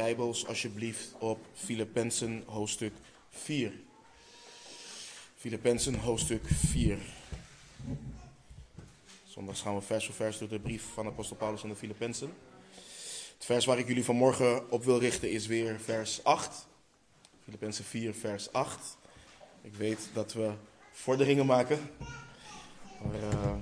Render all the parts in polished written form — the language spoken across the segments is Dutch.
Bijbels alsjeblieft op Filippenzen hoofdstuk 4. Filippenzen hoofdstuk 4. Zondags gaan we vers voor vers door de brief van apostel Paulus aan de Filippenzen. Het vers waar ik jullie vanmorgen op wil richten is weer vers 8. Filippenzen 4 vers 8. Ik weet dat we vorderingen maken. Maar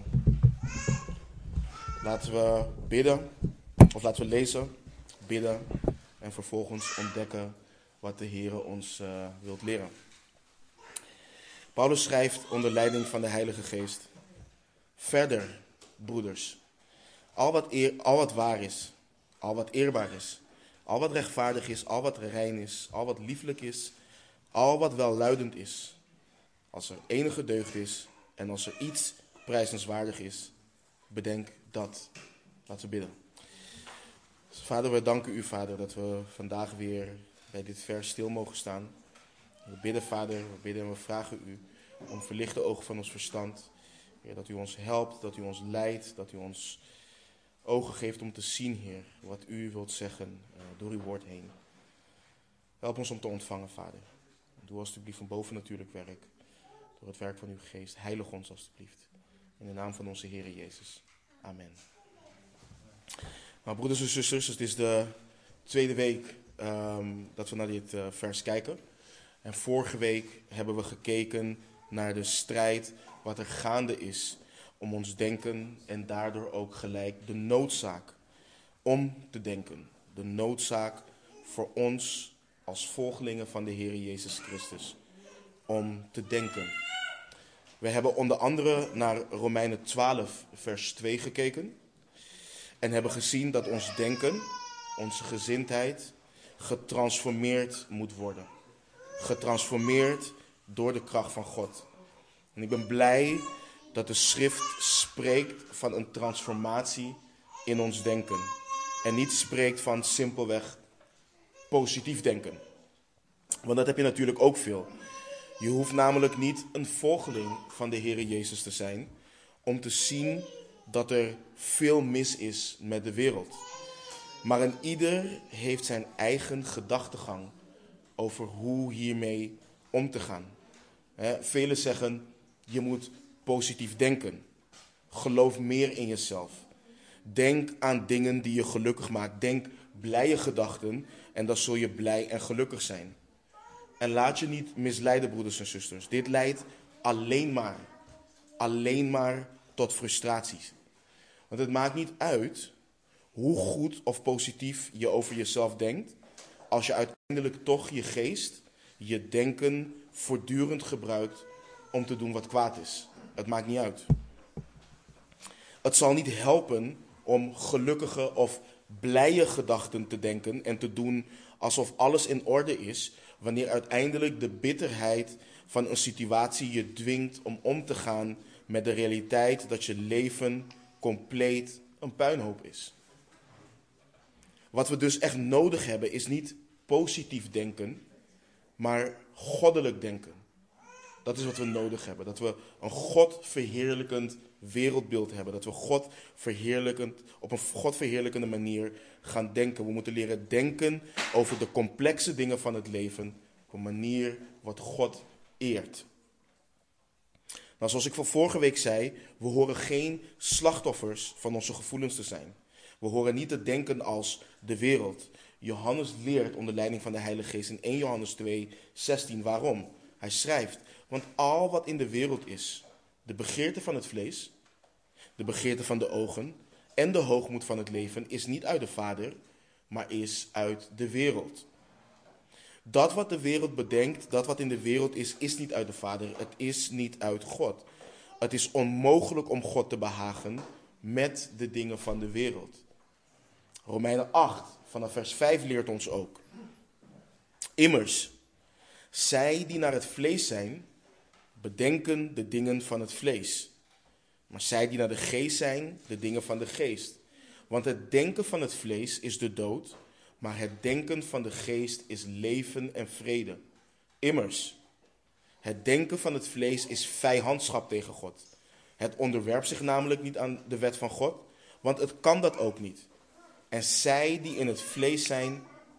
laten we bidden, of laten we lezen, bidden en vervolgens ontdekken wat de Heer ons wilt leren. Paulus schrijft onder leiding van de Heilige Geest: verder, broeders, al wat waar is, al wat eerbaar is, al wat rechtvaardig is, al wat rein is, al wat lieflijk is, al wat welluidend is, als er enige deugd is en als er iets prijzenswaardig is, bedenk dat. Laten we bidden. Vader, we danken u, Vader, dat we vandaag weer bij dit vers stil mogen staan. We bidden, Vader, we bidden en we vragen u om verlichte ogen van ons verstand. Heer, dat u ons helpt, dat u ons leidt, dat u ons ogen geeft om te zien, Heer, wat u wilt zeggen door uw woord heen. Help ons om te ontvangen, Vader. Doe alstublieft van bovennatuurlijk werk, door het werk van uw geest. Heilig ons alstublieft. In de naam van onze Heer Jezus. Amen. Nou, broeders en zusters, het is de tweede week dat we naar dit vers kijken. En vorige week hebben we gekeken naar de strijd wat er gaande is om ons denken en daardoor ook gelijk de noodzaak om te denken. De noodzaak voor ons als volgelingen van de Heer Jezus Christus om te denken. We hebben onder andere naar Romeinen 12 vers 2 gekeken. En hebben gezien dat ons denken, onze gezindheid, getransformeerd moet worden. Getransformeerd door de kracht van God. En ik ben blij dat de schrift spreekt van een transformatie in ons denken. En niet spreekt van simpelweg positief denken. Want dat heb je natuurlijk ook veel. Je hoeft namelijk niet een volgeling van de Heer Jezus te zijn om te zien dat er veel mis is met de wereld. Maar een ieder heeft zijn eigen gedachtegang over hoe hiermee om te gaan. Velen zeggen, je moet positief denken. Geloof meer in jezelf. Denk aan dingen die je gelukkig maakt. Denk blije gedachten en dan zul je blij en gelukkig zijn. En laat je niet misleiden, broeders en zusters. Dit leidt alleen maar tot frustraties. Want het maakt niet uit hoe goed of positief je over jezelf denkt, als je uiteindelijk toch je geest, je denken voortdurend gebruikt om te doen wat kwaad is. Het maakt niet uit. Het zal niet helpen om gelukkige of blije gedachten te denken en te doen alsof alles in orde is, wanneer uiteindelijk de bitterheid van een situatie je dwingt om te gaan met de realiteit dat je leven compleet een puinhoop is. Wat we dus echt nodig hebben is niet positief denken, maar goddelijk denken. Dat is wat we nodig hebben. Dat we een God verheerlijkend wereldbeeld hebben. Dat we God verheerlijkend, op een God verheerlijkende manier gaan denken. We moeten leren denken over de complexe dingen van het leven op een manier wat God eert. Nou, zoals ik van vorige week zei, we horen geen slachtoffers van onze gevoelens te zijn. We horen niet te denken als de wereld. Johannes leert onder leiding van de Heilige Geest in 1 Johannes 2, 16. Waarom? Hij schrijft, want al wat in de wereld is, de begeerte van het vlees, de begeerte van de ogen en de hoogmoed van het leven, is niet uit de Vader, maar is uit de wereld. Dat wat de wereld bedenkt, dat wat in de wereld is niet uit de Vader. Het is niet uit God. Het is onmogelijk om God te behagen met de dingen van de wereld. Romeinen 8, vanaf vers 5 leert ons ook. Immers, zij die naar het vlees zijn, bedenken de dingen van het vlees. Maar zij die naar de geest zijn, de dingen van de geest. Want het denken van het vlees is de dood, maar het denken van de geest is leven en vrede. Immers, het denken van het vlees is vijandschap tegen God. Het onderwerpt zich namelijk niet aan de wet van God, want het kan dat ook niet. En zij die in het vlees zijn,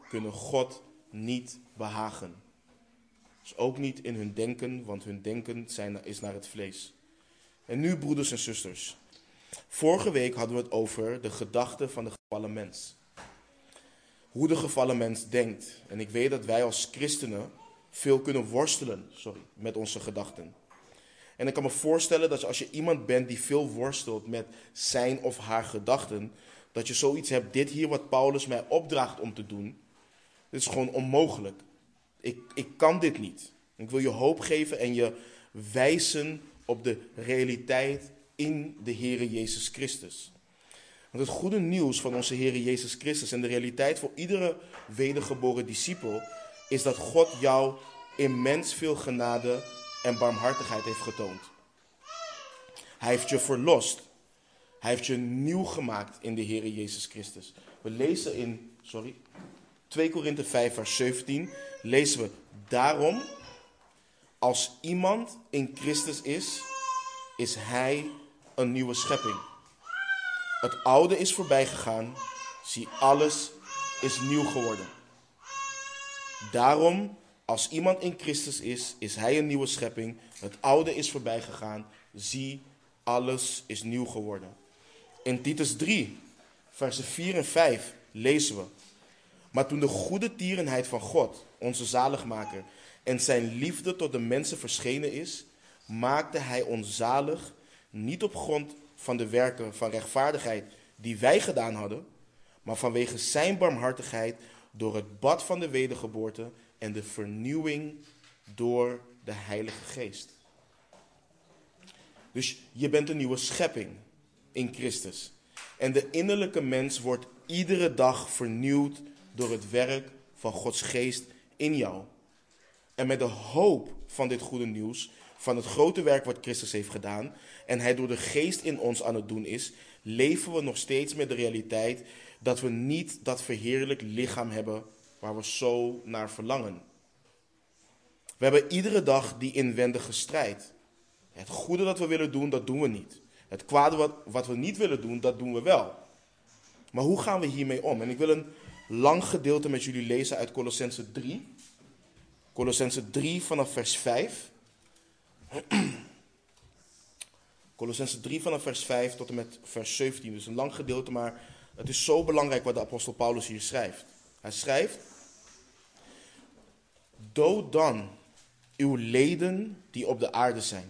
kunnen God niet behagen. Dus ook niet in hun denken, want hun denken is naar het vlees. En nu, broeders en zusters. Vorige week hadden we het over de gedachten van de gevallen mens. Hoe de gevallen mens denkt. En ik weet dat wij als christenen veel kunnen worstelen met onze gedachten. En ik kan me voorstellen dat als je iemand bent die veel worstelt met zijn of haar gedachten, dat je zoiets hebt, dit hier wat Paulus mij opdraagt om te doen, dit is gewoon onmogelijk. Ik kan dit niet. Ik wil je hoop geven en je wijzen op de realiteit in de Heere Jezus Christus. Want het goede nieuws van onze Heere Jezus Christus en de realiteit voor iedere wedergeboren discipel is dat God jou immens veel genade en barmhartigheid heeft getoond. Hij heeft je verlost. Hij heeft je nieuw gemaakt in de Heere Jezus Christus. We lezen in 2 Korinthe 5 vers 17, lezen we: daarom, als iemand in Christus is hij een nieuwe schepping. Het oude is voorbij gegaan, zie, alles is nieuw geworden. Daarom, als iemand in Christus is hij een nieuwe schepping. Het oude is voorbij gegaan, zie, alles is nieuw geworden. In Titus 3, versen 4 en 5 lezen we: maar toen de goede tierenheid van God, onze zaligmaker, en zijn liefde tot de mensen verschenen is, maakte hij ons zalig, niet op grond van de werken van rechtvaardigheid die wij gedaan hadden, maar vanwege zijn barmhartigheid door het bad van de wedergeboorte en de vernieuwing door de Heilige Geest. Dus je bent een nieuwe schepping in Christus. En de innerlijke mens wordt iedere dag vernieuwd door het werk van Gods Geest in jou. En met de hoop van dit goede nieuws, van het grote werk wat Christus heeft gedaan, en hij door de Geest in ons aan het doen is, leven we nog steeds met de realiteit dat we niet dat verheerlijk lichaam hebben waar we zo naar verlangen. We hebben iedere dag die inwendige strijd. Het goede dat we willen doen, dat doen we niet. Het kwade wat we niet willen doen, dat doen we wel. Maar hoe gaan we hiermee om? En ik wil een lang gedeelte met jullie lezen uit Kolossenzen 3. Kolossenzen 3 vanaf vers 5. Kolossenzen 3 vanaf vers 5 tot en met vers 17. Dus een lang gedeelte, maar het is zo belangrijk wat de apostel Paulus hier schrijft. Hij schrijft: dood dan uw leden die op de aarde zijn.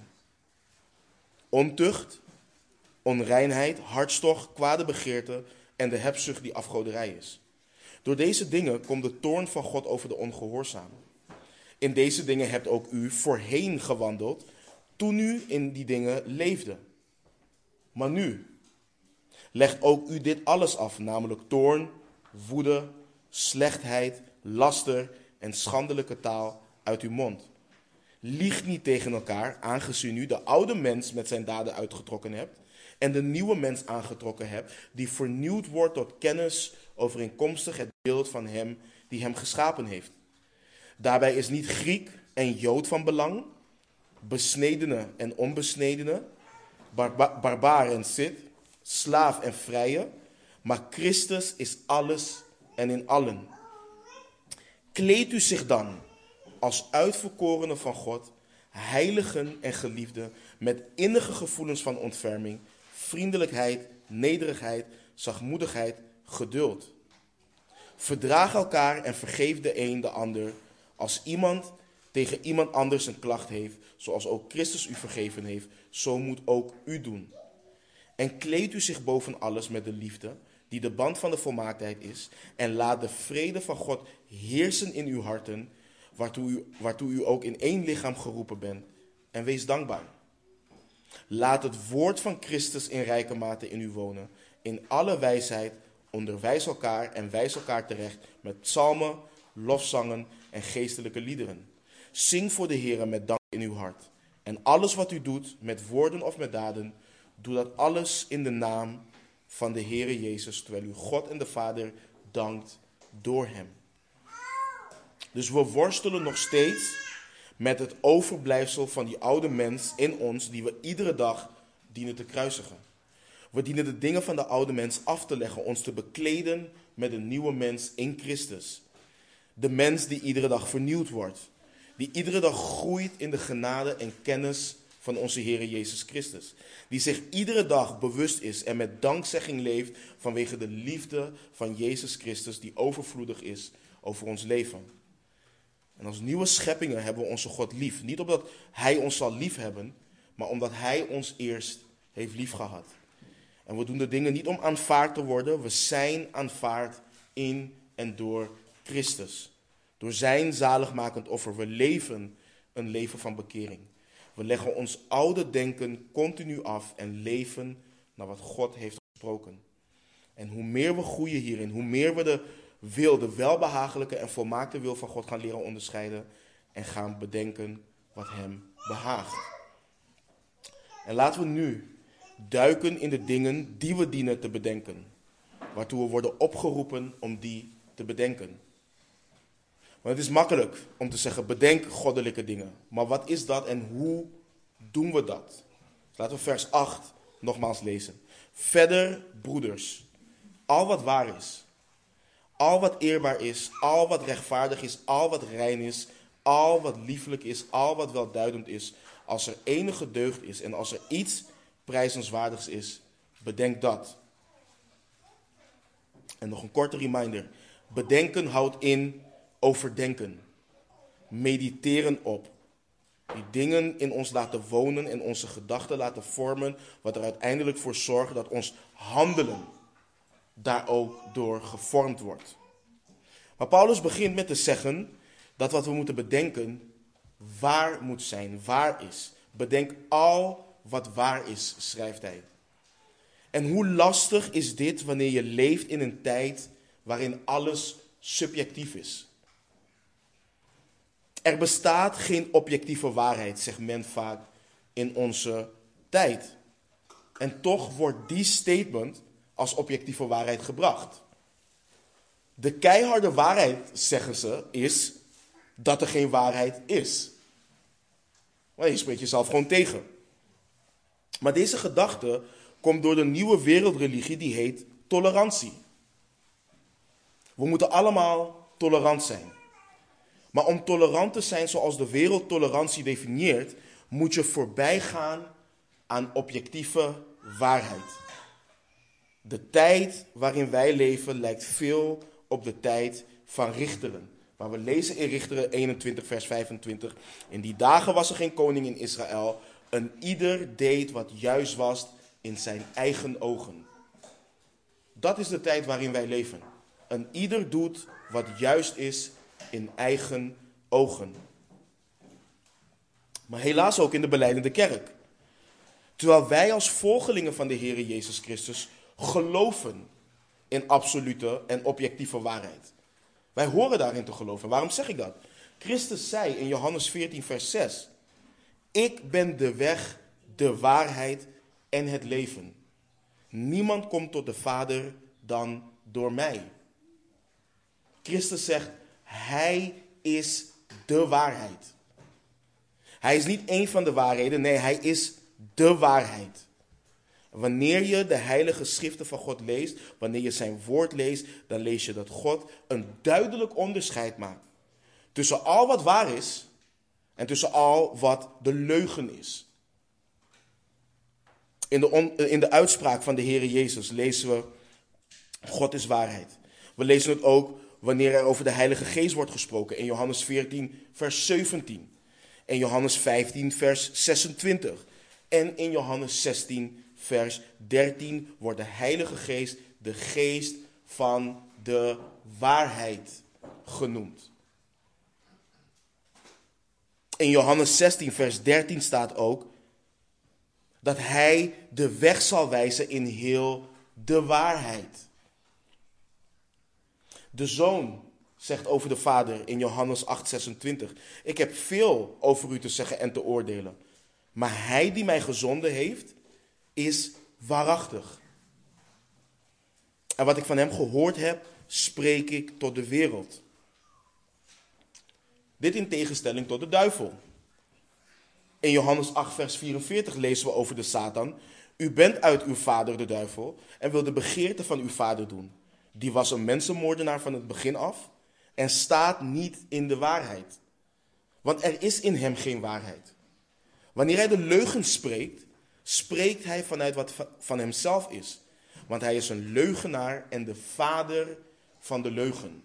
Ontucht, onreinheid, hartstocht, kwade begeerte en de hebzucht die afgoderij is. Door deze dingen komt de toorn van God over de ongehoorzamen. In deze dingen hebt ook u voorheen gewandeld, toen u in die dingen leefde. Maar nu, legt ook u dit alles af, namelijk toorn, woede, slechtheid, laster en schandelijke taal uit uw mond. Lieg niet tegen elkaar, aangezien u de oude mens met zijn daden uitgetrokken hebt en de nieuwe mens aangetrokken hebt, die vernieuwd wordt tot kennis overeenkomstig het beeld van hem die hem geschapen heeft. Daarbij is niet Griek en Jood van belang, besnedene en onbesnedene, barbaar en Sith, slaaf en vrije, maar Christus is alles en in allen. Kleed u zich dan als uitverkorenen van God, heiligen en geliefden, met innige gevoelens van ontferming, vriendelijkheid, nederigheid, zachtmoedigheid, geduld. Verdraag elkaar en vergeef de een de ander, als iemand tegen iemand anders een klacht heeft, zoals ook Christus u vergeven heeft, zo moet ook u doen. En kleed u zich boven alles met de liefde, die de band van de volmaaktheid is, en laat de vrede van God heersen in uw harten, waartoe u ook in één lichaam geroepen bent, en wees dankbaar. Laat het woord van Christus in rijke mate in u wonen, in alle wijsheid onderwijs elkaar en wijs elkaar terecht met psalmen, lofzangen en geestelijke liederen. Zing voor de Heere met dank in uw hart. En alles wat u doet, met woorden of met daden, doe dat alles in de naam van de Heere Jezus, terwijl u God en de Vader dankt door hem. Dus we worstelen nog steeds met het overblijfsel van die oude mens in ons, die we iedere dag dienen te kruisigen. We dienen de dingen van de oude mens af te leggen, ons te bekleden met een nieuwe mens in Christus. De mens die iedere dag vernieuwd wordt. Die iedere dag groeit in de genade en kennis van onze Heer Jezus Christus. Die zich iedere dag bewust is en met dankzegging leeft vanwege de liefde van Jezus Christus die overvloedig is over ons leven. En als nieuwe scheppingen hebben we onze God lief. Niet omdat Hij ons zal lief hebben, maar omdat Hij ons eerst heeft lief gehad. En we doen de dingen niet om aanvaard te worden. We zijn aanvaard in en door Christus. Door zijn zaligmakend offer. We leven een leven van bekering. We leggen ons oude denken continu af en leven naar wat God heeft gesproken. En hoe meer we groeien hierin, hoe meer we de welbehagelijke en volmaakte wil van God gaan leren onderscheiden en gaan bedenken wat hem behaagt. En laten we nu duiken in de dingen die we dienen te bedenken, waartoe we worden opgeroepen om die te bedenken. Want het is makkelijk om te zeggen, bedenk goddelijke dingen. Maar wat is dat en hoe doen we dat? Dus laten we vers 8 nogmaals lezen. Verder, broeders, al wat waar is, al wat eerbaar is, al wat rechtvaardig is, al wat rein is, al wat liefelijk is, al wat welduidend is, als er enige deugd is en als er iets prijzenswaardigs is, bedenk dat. En nog een korte reminder. Bedenken houdt in overdenken. Mediteren op. Die dingen in ons laten wonen en onze gedachten laten vormen, wat er uiteindelijk voor zorgt dat ons handelen daar ook door gevormd wordt. Maar Paulus begint met te zeggen dat wat we moeten bedenken waar moet zijn, waar is. Bedenk al wat waar is, schrijft hij. En hoe lastig is dit wanneer je leeft in een tijd waarin alles subjectief is. Er bestaat geen objectieve waarheid, zegt men vaak in onze tijd. En toch wordt die statement als objectieve waarheid gebracht. De keiharde waarheid, zeggen ze, is dat er geen waarheid is. Maar je spreekt jezelf gewoon tegen. Maar deze gedachte komt door de nieuwe wereldreligie die heet tolerantie. We moeten allemaal tolerant zijn. Maar om tolerant te zijn zoals de wereld tolerantie definieert, moet je voorbij gaan aan objectieve waarheid. De tijd waarin wij leven lijkt veel op de tijd van Richteren. Maar we lezen in Richteren 21 vers 25. In die dagen was er geen koning in Israël. En ieder deed wat juist was in zijn eigen ogen. Dat is de tijd waarin wij leven. En ieder doet wat juist is in eigen ogen. Maar helaas ook in de belijdende kerk. Terwijl wij als volgelingen van de Heer Jezus Christus geloven in absolute en objectieve waarheid. Wij horen daarin te geloven. Waarom zeg ik dat? Christus zei in Johannes 14 vers 6. Ik ben de weg, de waarheid en het leven. Niemand komt tot de Vader dan door mij. Christus zegt, hij is de waarheid. Hij is niet één van de waarheden, nee, hij is de waarheid. Wanneer je de heilige schriften van God leest, wanneer je zijn woord leest, dan lees je dat God een duidelijk onderscheid maakt tussen al wat waar is en tussen al wat de leugen is. In de uitspraak van de Heer Jezus lezen we, God is waarheid. We lezen het ook wanneer er over de Heilige Geest wordt gesproken in Johannes 14 vers 17. In Johannes 15 vers 26. En in Johannes 16 vers 13 wordt de Heilige Geest de geest van de waarheid genoemd. In Johannes 16 vers 13 staat ook dat hij de weg zal wijzen in heel de waarheid. De Zoon zegt over de Vader in Johannes 8:26. Ik heb veel over u te zeggen en te oordelen. Maar hij die mij gezonden heeft, is waarachtig. En wat ik van hem gehoord heb, spreek ik tot de wereld. Dit in tegenstelling tot de duivel. In Johannes 8 vers 44 lezen we over de Satan. U bent uit uw vader de duivel en wil de begeerte van uw vader doen. Die was een mensenmoordenaar van het begin af en staat niet in de waarheid. Want er is in hem geen waarheid. Wanneer hij de leugen spreekt, spreekt hij vanuit wat van hemzelf is. Want hij is een leugenaar en de vader van de leugen.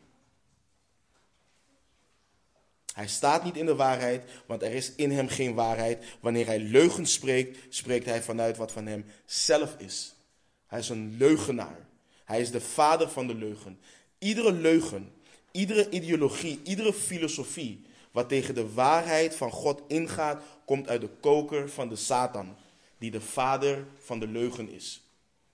Hij staat niet in de waarheid, want er is in hem geen waarheid. Wanneer hij leugen spreekt, spreekt hij vanuit wat van hem zelf is. Hij is een leugenaar. Hij is de vader van de leugen. Iedere leugen, iedere ideologie, iedere filosofie wat tegen de waarheid van God ingaat, komt uit de koker van de Satan, die de vader van de leugen is.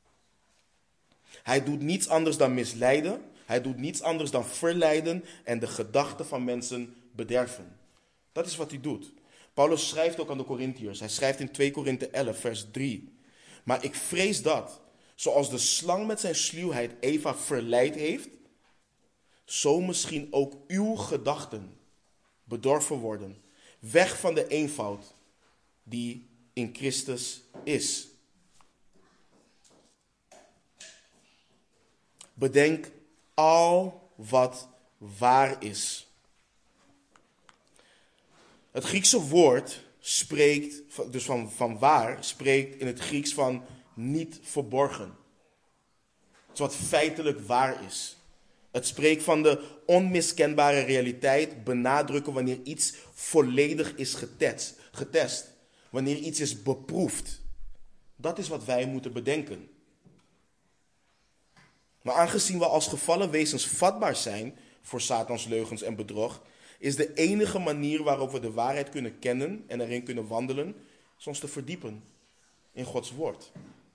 Hij doet niets anders dan misleiden. Hij doet niets anders dan verleiden en de gedachten van mensen bederven. Dat is wat hij doet. Paulus schrijft ook aan de Korintiërs. Hij schrijft in 2 Korinthe 11, vers 3. Maar ik vrees dat, zoals de slang met zijn sluwheid Eva verleid heeft, zo misschien ook uw gedachten bedorven worden. Weg van de eenvoud die in Christus is. Bedenk al wat waar is. Het Griekse woord spreekt, dus van waar, spreekt in het Grieks van niet verborgen. Het is wat feitelijk waar is. Het spreekt van de onmiskenbare realiteit benadrukken wanneer iets volledig is getest. Wanneer iets is beproefd. Dat is wat wij moeten bedenken. Maar aangezien we als gevallen wezens vatbaar zijn voor Satans leugens en bedrog, is de enige manier waarop we de waarheid kunnen kennen en erin kunnen wandelen, is ons te verdiepen in Gods woord.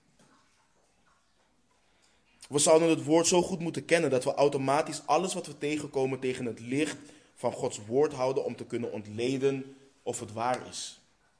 We zouden het woord zo goed moeten kennen dat we automatisch alles wat we tegenkomen tegen het licht van Gods woord houden om te kunnen ontleden of het waar is.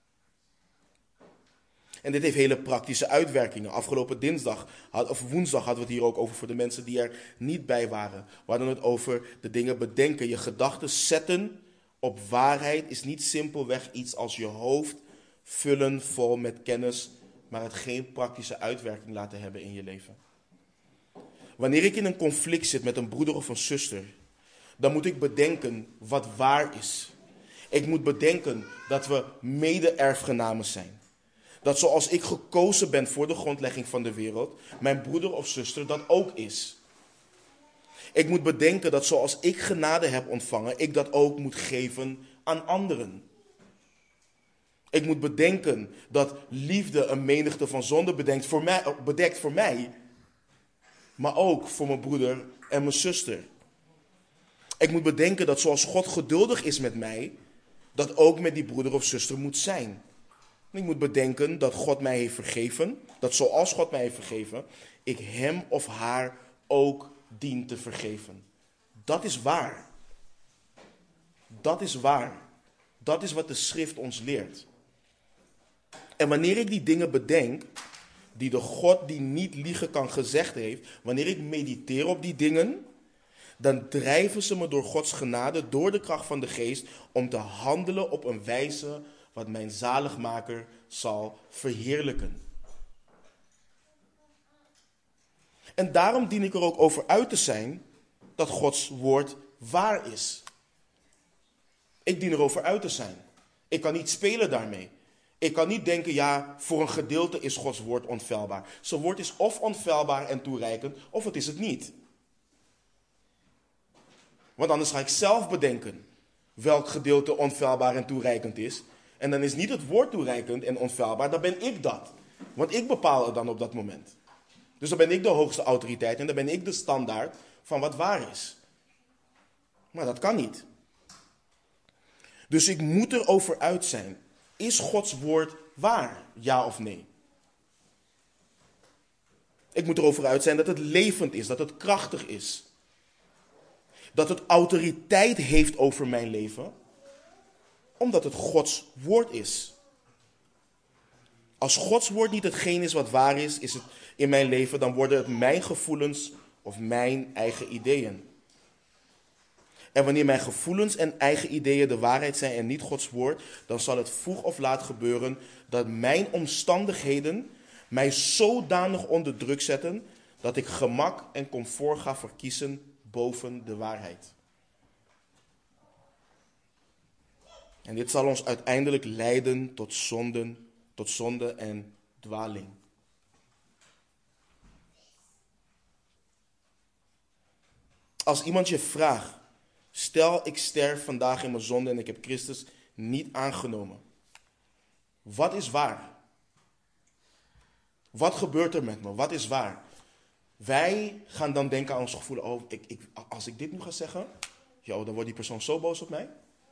En dit heeft hele praktische uitwerkingen. Afgelopen woensdag hadden we het hier ook over voor de mensen die er niet bij waren. We hadden het over de dingen bedenken. Je gedachten zetten op waarheid is niet simpelweg iets als je hoofd vullen vol met kennis, maar het geen praktische uitwerking laten hebben in je leven. Wanneer ik in een conflict zit met een broeder of een zuster, dan moet ik bedenken wat waar is. Ik moet bedenken dat we mede-erfgenamen zijn. Dat zoals ik gekozen ben voor de grondlegging van de wereld, mijn broeder of zuster dat ook is. Ik moet bedenken dat zoals ik genade heb ontvangen, ik dat ook moet geven aan anderen. Ik moet bedenken dat liefde een menigte van zonde bedekt voor mij, maar ook voor mijn broeder en mijn zuster. Ik moet bedenken dat zoals God geduldig is met mij, dat ook met die broeder of zuster moet zijn. Ik moet bedenken dat God mij heeft vergeven, dat zoals God mij heeft vergeven, ik hem of haar ook dien te vergeven. Dat is waar. Dat is waar. Dat is wat de schrift ons leert. En wanneer ik die dingen bedenk, die de God die niet liegen kan gezegd heeft, wanneer ik mediteer op die dingen, dan drijven ze me door Gods genade, door de kracht van de geest, om te handelen op een wijze wat mijn zaligmaker zal verheerlijken. En daarom dien ik er ook over uit te zijn dat Gods woord waar is. Ik dien erover uit te zijn. Ik kan niet spelen daarmee. Ik kan niet denken, ja, voor een gedeelte is Gods woord onfeilbaar. Zijn woord is of onfeilbaar en toereikend, of het is het niet. Want anders ga ik zelf bedenken welk gedeelte onfeilbaar en toereikend is. En dan is niet het woord toereikend en onfeilbaar, dan ben ik dat. Want ik bepaal het dan op dat moment. Dus dan ben ik de hoogste autoriteit en dan ben ik de standaard van wat waar is. Maar dat kan niet. Dus ik moet erover uit zijn. Is Gods woord waar? Ja of nee? Ik moet erover uit zijn dat het levend is, dat het krachtig is. Dat het autoriteit heeft over mijn leven, omdat het Gods woord is. Als Gods woord niet hetgeen is wat waar is het in mijn leven, dan worden het mijn gevoelens of mijn eigen ideeën. En wanneer mijn gevoelens en eigen ideeën de waarheid zijn en niet Gods woord, dan zal het vroeg of laat gebeuren dat mijn omstandigheden mij zodanig onder druk zetten dat ik gemak en comfort ga verkiezen boven de waarheid. En dit zal ons uiteindelijk leiden tot zonde en dwaling. Als iemand je vraagt, stel ik sterf vandaag in mijn zonde en ik heb Christus niet aangenomen. Wat is waar? Wat gebeurt er met me? Wat is waar? Wij gaan dan denken aan ons gevoel. Oh, als ik dit nu ga zeggen, dan wordt die persoon zo boos op mij.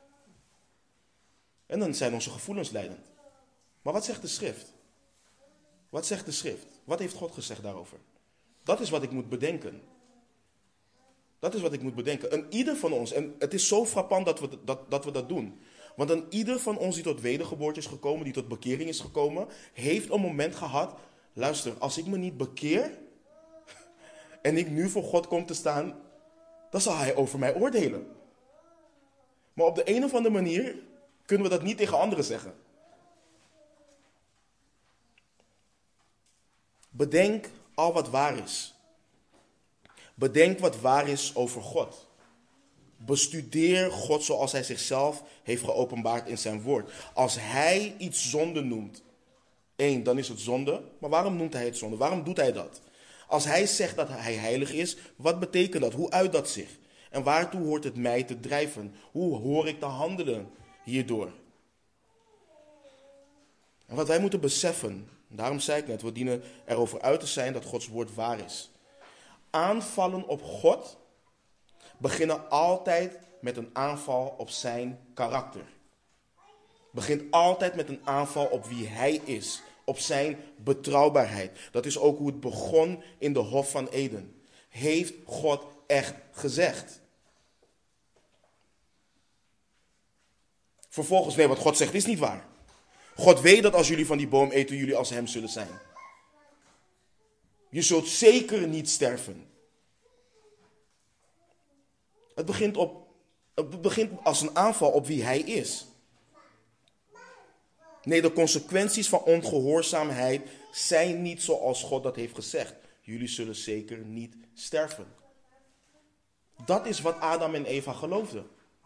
En dan zijn onze gevoelens leidend. Maar wat zegt de schrift? Wat zegt de schrift? Wat heeft God gezegd daarover? Dat is wat ik moet bedenken. Dat is wat ik moet bedenken. En ieder van ons, en het is zo frappant dat we dat doen. Want een ieder van ons die tot wedergeboorte is gekomen, die tot bekering is gekomen, heeft een moment gehad. Luister, als ik me niet bekeer en ik nu voor God kom te staan, dan zal hij over mij oordelen. Maar op de een of andere manier kunnen we dat niet tegen anderen zeggen. Bedenk al wat waar is. Bedenk wat waar is over God. Bestudeer God zoals hij zichzelf heeft geopenbaard in zijn woord. Als hij iets zonde noemt, dan is het zonde. Maar waarom noemt hij het zonde? Waarom doet hij dat? Als hij zegt dat hij heilig is, wat betekent dat? Hoe uit dat zich? En waartoe hoort het mij te drijven? Hoe hoor ik te handelen hierdoor? En wat wij moeten beseffen, daarom zei ik net, we dienen erover uit te zijn dat Gods woord waar is. Aanvallen op God beginnen altijd met een aanval op zijn karakter. Begint altijd met een aanval op wie hij is, op zijn betrouwbaarheid. Dat is ook hoe het begon in de Hof van Eden. Heeft God echt gezegd? Vervolgens, nee, wat God zegt is niet waar. God weet dat als jullie van die boom eten, jullie als hem zullen zijn. Je zult zeker niet sterven. Het begint als een aanval op wie hij is. Nee, de consequenties van ongehoorzaamheid zijn niet zoals God dat heeft gezegd. Jullie zullen zeker niet sterven. Dat is wat Adam en Eva geloofden.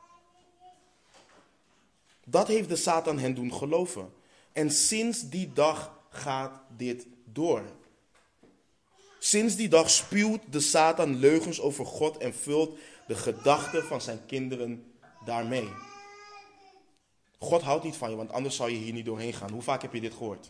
Dat heeft de Satan hen doen geloven. En sinds die dag gaat dit door. Sinds die dag spuwt de Satan leugens over God en vult de gedachten van zijn kinderen daarmee. God houdt niet van je, want anders zou je hier niet doorheen gaan. Hoe vaak heb je dit gehoord?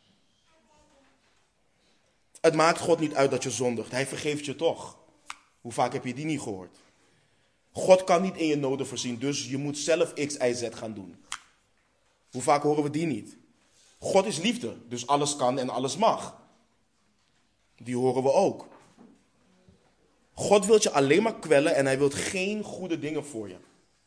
Het maakt God niet uit dat je zondigt. Hij vergeeft je toch. Hoe vaak heb je die niet gehoord? God kan niet in je noden voorzien, dus je moet zelf X, Y, Z gaan doen. Hoe vaak horen we die niet? God is liefde, dus alles kan en alles mag. Die horen we ook. God wil je alleen maar kwellen en hij wil geen goede dingen voor je.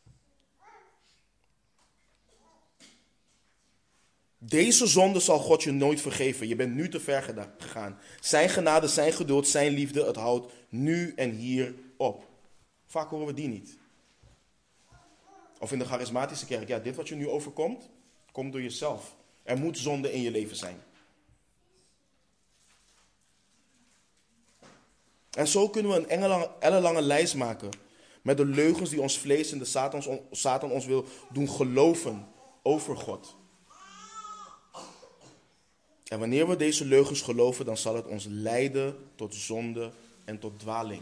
Deze zonde zal God je nooit vergeven. Je bent nu te ver gegaan. Zijn genade, zijn geduld, zijn liefde, het houdt nu en hier op. Vaak horen we die niet. Of in de charismatische kerk, ja, dit wat je nu overkomt, komt door jezelf. Er moet zonde in je leven zijn. En zo kunnen we een ellenlange lijst maken met de leugens die ons vlees en de Satan ons wil doen geloven over God. En wanneer we deze leugens geloven, dan zal het ons leiden tot zonde en tot dwaling.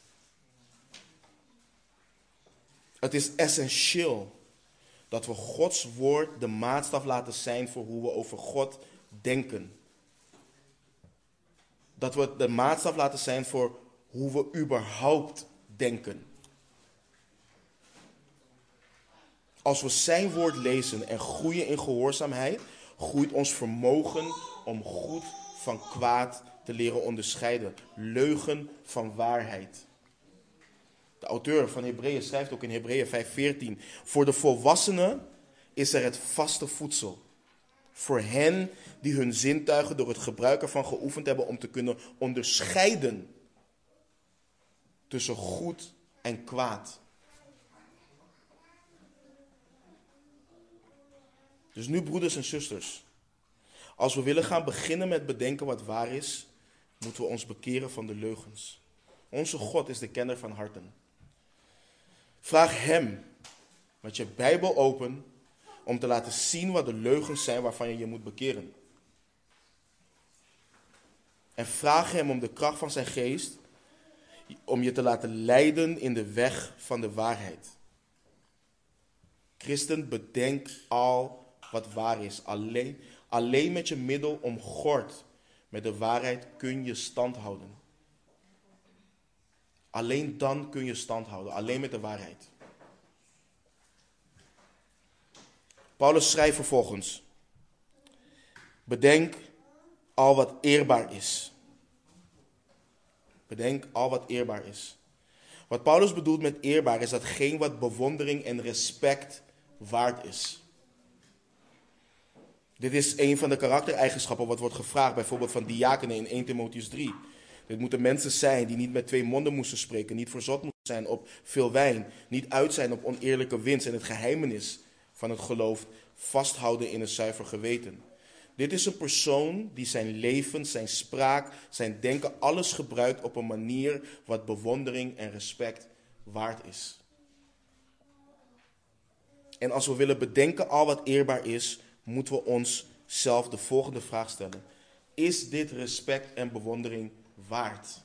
Het is essentieel dat we Gods woord de maatstaf laten zijn voor hoe we over God denken. Dat we de maatstaf laten zijn voor hoe we überhaupt denken. Als we zijn woord lezen en groeien in gehoorzaamheid, groeit ons vermogen om goed van kwaad te leren onderscheiden. Leugen van waarheid. De auteur van Hebreeën schrijft ook in Hebreeën 5:14. Voor de volwassenen is er het vaste voedsel. Voor hen die hun zintuigen door het gebruik ervan geoefend hebben om te kunnen onderscheiden tussen goed en kwaad. Dus nu, broeders en zusters, als we willen gaan beginnen met bedenken wat waar is, moeten we ons bekeren van de leugens. Onze God is de kenner van harten. Vraag hem met je Bijbel open om te laten zien wat de leugens zijn waarvan je je moet bekeren. En vraag hem om de kracht van zijn geest om je te laten leiden in de weg van de waarheid. Christen, bedenk al wat waar is. Alleen met je middel omgord met de waarheid kun je stand houden. Alleen dan kun je stand houden. Alleen met de waarheid. Paulus schrijft vervolgens. Bedenk al wat eerbaar is. Bedenk al wat eerbaar is. Wat Paulus bedoelt met eerbaar is datgene wat bewondering en respect waard is. Dit is een van de karaktereigenschappen wat wordt gevraagd bijvoorbeeld van diakenen in 1 Timotheüs 3. Dit moeten mensen zijn die niet met 2 monden moesten spreken, niet verzot moesten zijn op veel wijn, niet uit zijn op oneerlijke winst en het geheimenis van het geloof vasthouden in een zuiver geweten. Dit is een persoon die zijn leven, zijn spraak, zijn denken, alles gebruikt op een manier wat bewondering en respect waard is. En als we willen bedenken al wat eerbaar is, moeten we onszelf de volgende vraag stellen. Is dit respect en bewondering waard?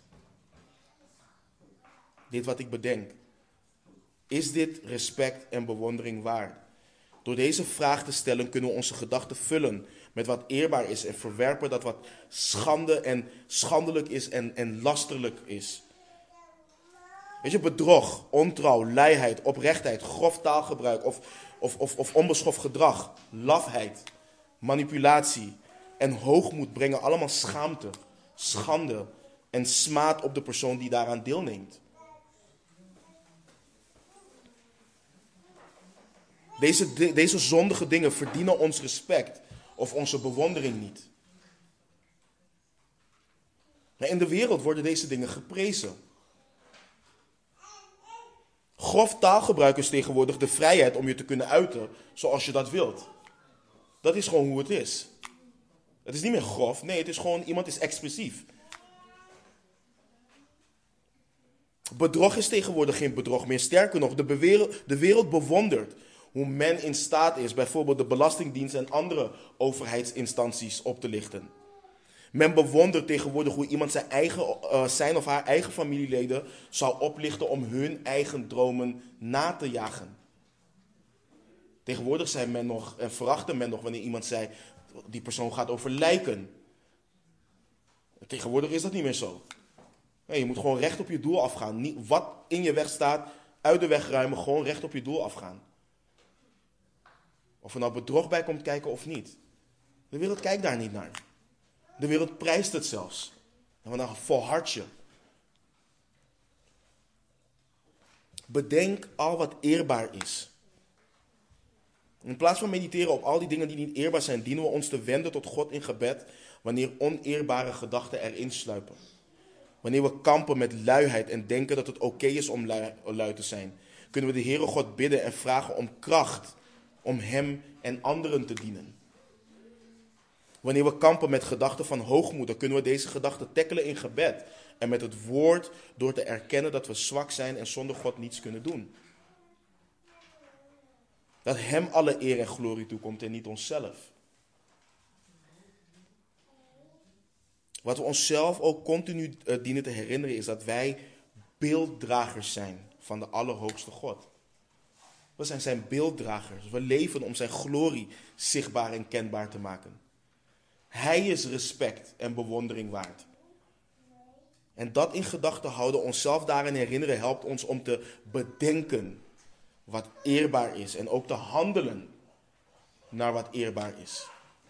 Dit wat ik bedenk. Is dit respect en bewondering waard? Door deze vraag te stellen kunnen we onze gedachten vullen met wat eerbaar is en verwerpen dat wat schande en schandelijk is en lasterlijk is. Weet je, bedrog, ontrouw, luiheid, oprechtheid, grof taalgebruik of onbeschoft gedrag, lafheid, manipulatie en hoogmoed brengen allemaal schaamte, schande en smaad op de persoon die daaraan deelneemt. Deze zondige dingen verdienen ons respect of onze bewondering niet. Maar in de wereld worden deze dingen geprezen. Grof taalgebruik is tegenwoordig de vrijheid om je te kunnen uiten zoals je dat wilt. Dat is gewoon hoe het is. Het is niet meer grof, nee, het is gewoon iemand is expressief. Bedrog is tegenwoordig geen bedrog meer. Sterker nog, de wereld bewondert hoe men in staat is bijvoorbeeld de Belastingdienst en andere overheidsinstanties op te lichten. Men bewondert tegenwoordig hoe iemand zijn of haar eigen familieleden zou oplichten om hun eigen dromen na te jagen. Tegenwoordig zei men nog en verachtte men nog wanneer iemand zei, die persoon gaat over lijken. Tegenwoordig is dat niet meer zo. Nee, je moet gewoon recht op je doel afgaan. Wat in je weg staat, uit de weg ruimen, gewoon recht op je doel afgaan. Of er nou bedrog bij komt kijken of niet. De wereld kijkt daar niet naar. De wereld prijst het zelfs. En dan volhard je. Bedenk al wat eerbaar is. In plaats van mediteren op al die dingen die niet eerbaar zijn, dienen we ons te wenden tot God in gebed wanneer oneerbare gedachten erin sluipen. Wanneer we kampen met luiheid en denken dat het oké is om lui te zijn, kunnen we de Heere God bidden en vragen om kracht om Hem en anderen te dienen. Wanneer we kampen met gedachten van hoogmoed, dan kunnen we deze gedachten tackelen in gebed. En met het woord door te erkennen dat we zwak zijn en zonder God niets kunnen doen. Dat Hem alle eer en glorie toekomt en niet onszelf. Wat we onszelf ook continu dienen te herinneren is dat wij beelddragers zijn van de Allerhoogste God. We zijn zijn beelddragers. We leven om zijn glorie zichtbaar en kenbaar te maken. Hij is respect en bewondering waard. En dat in gedachten houden, onszelf daarin herinneren, helpt ons om te bedenken wat eerbaar is. En ook te handelen naar wat eerbaar is.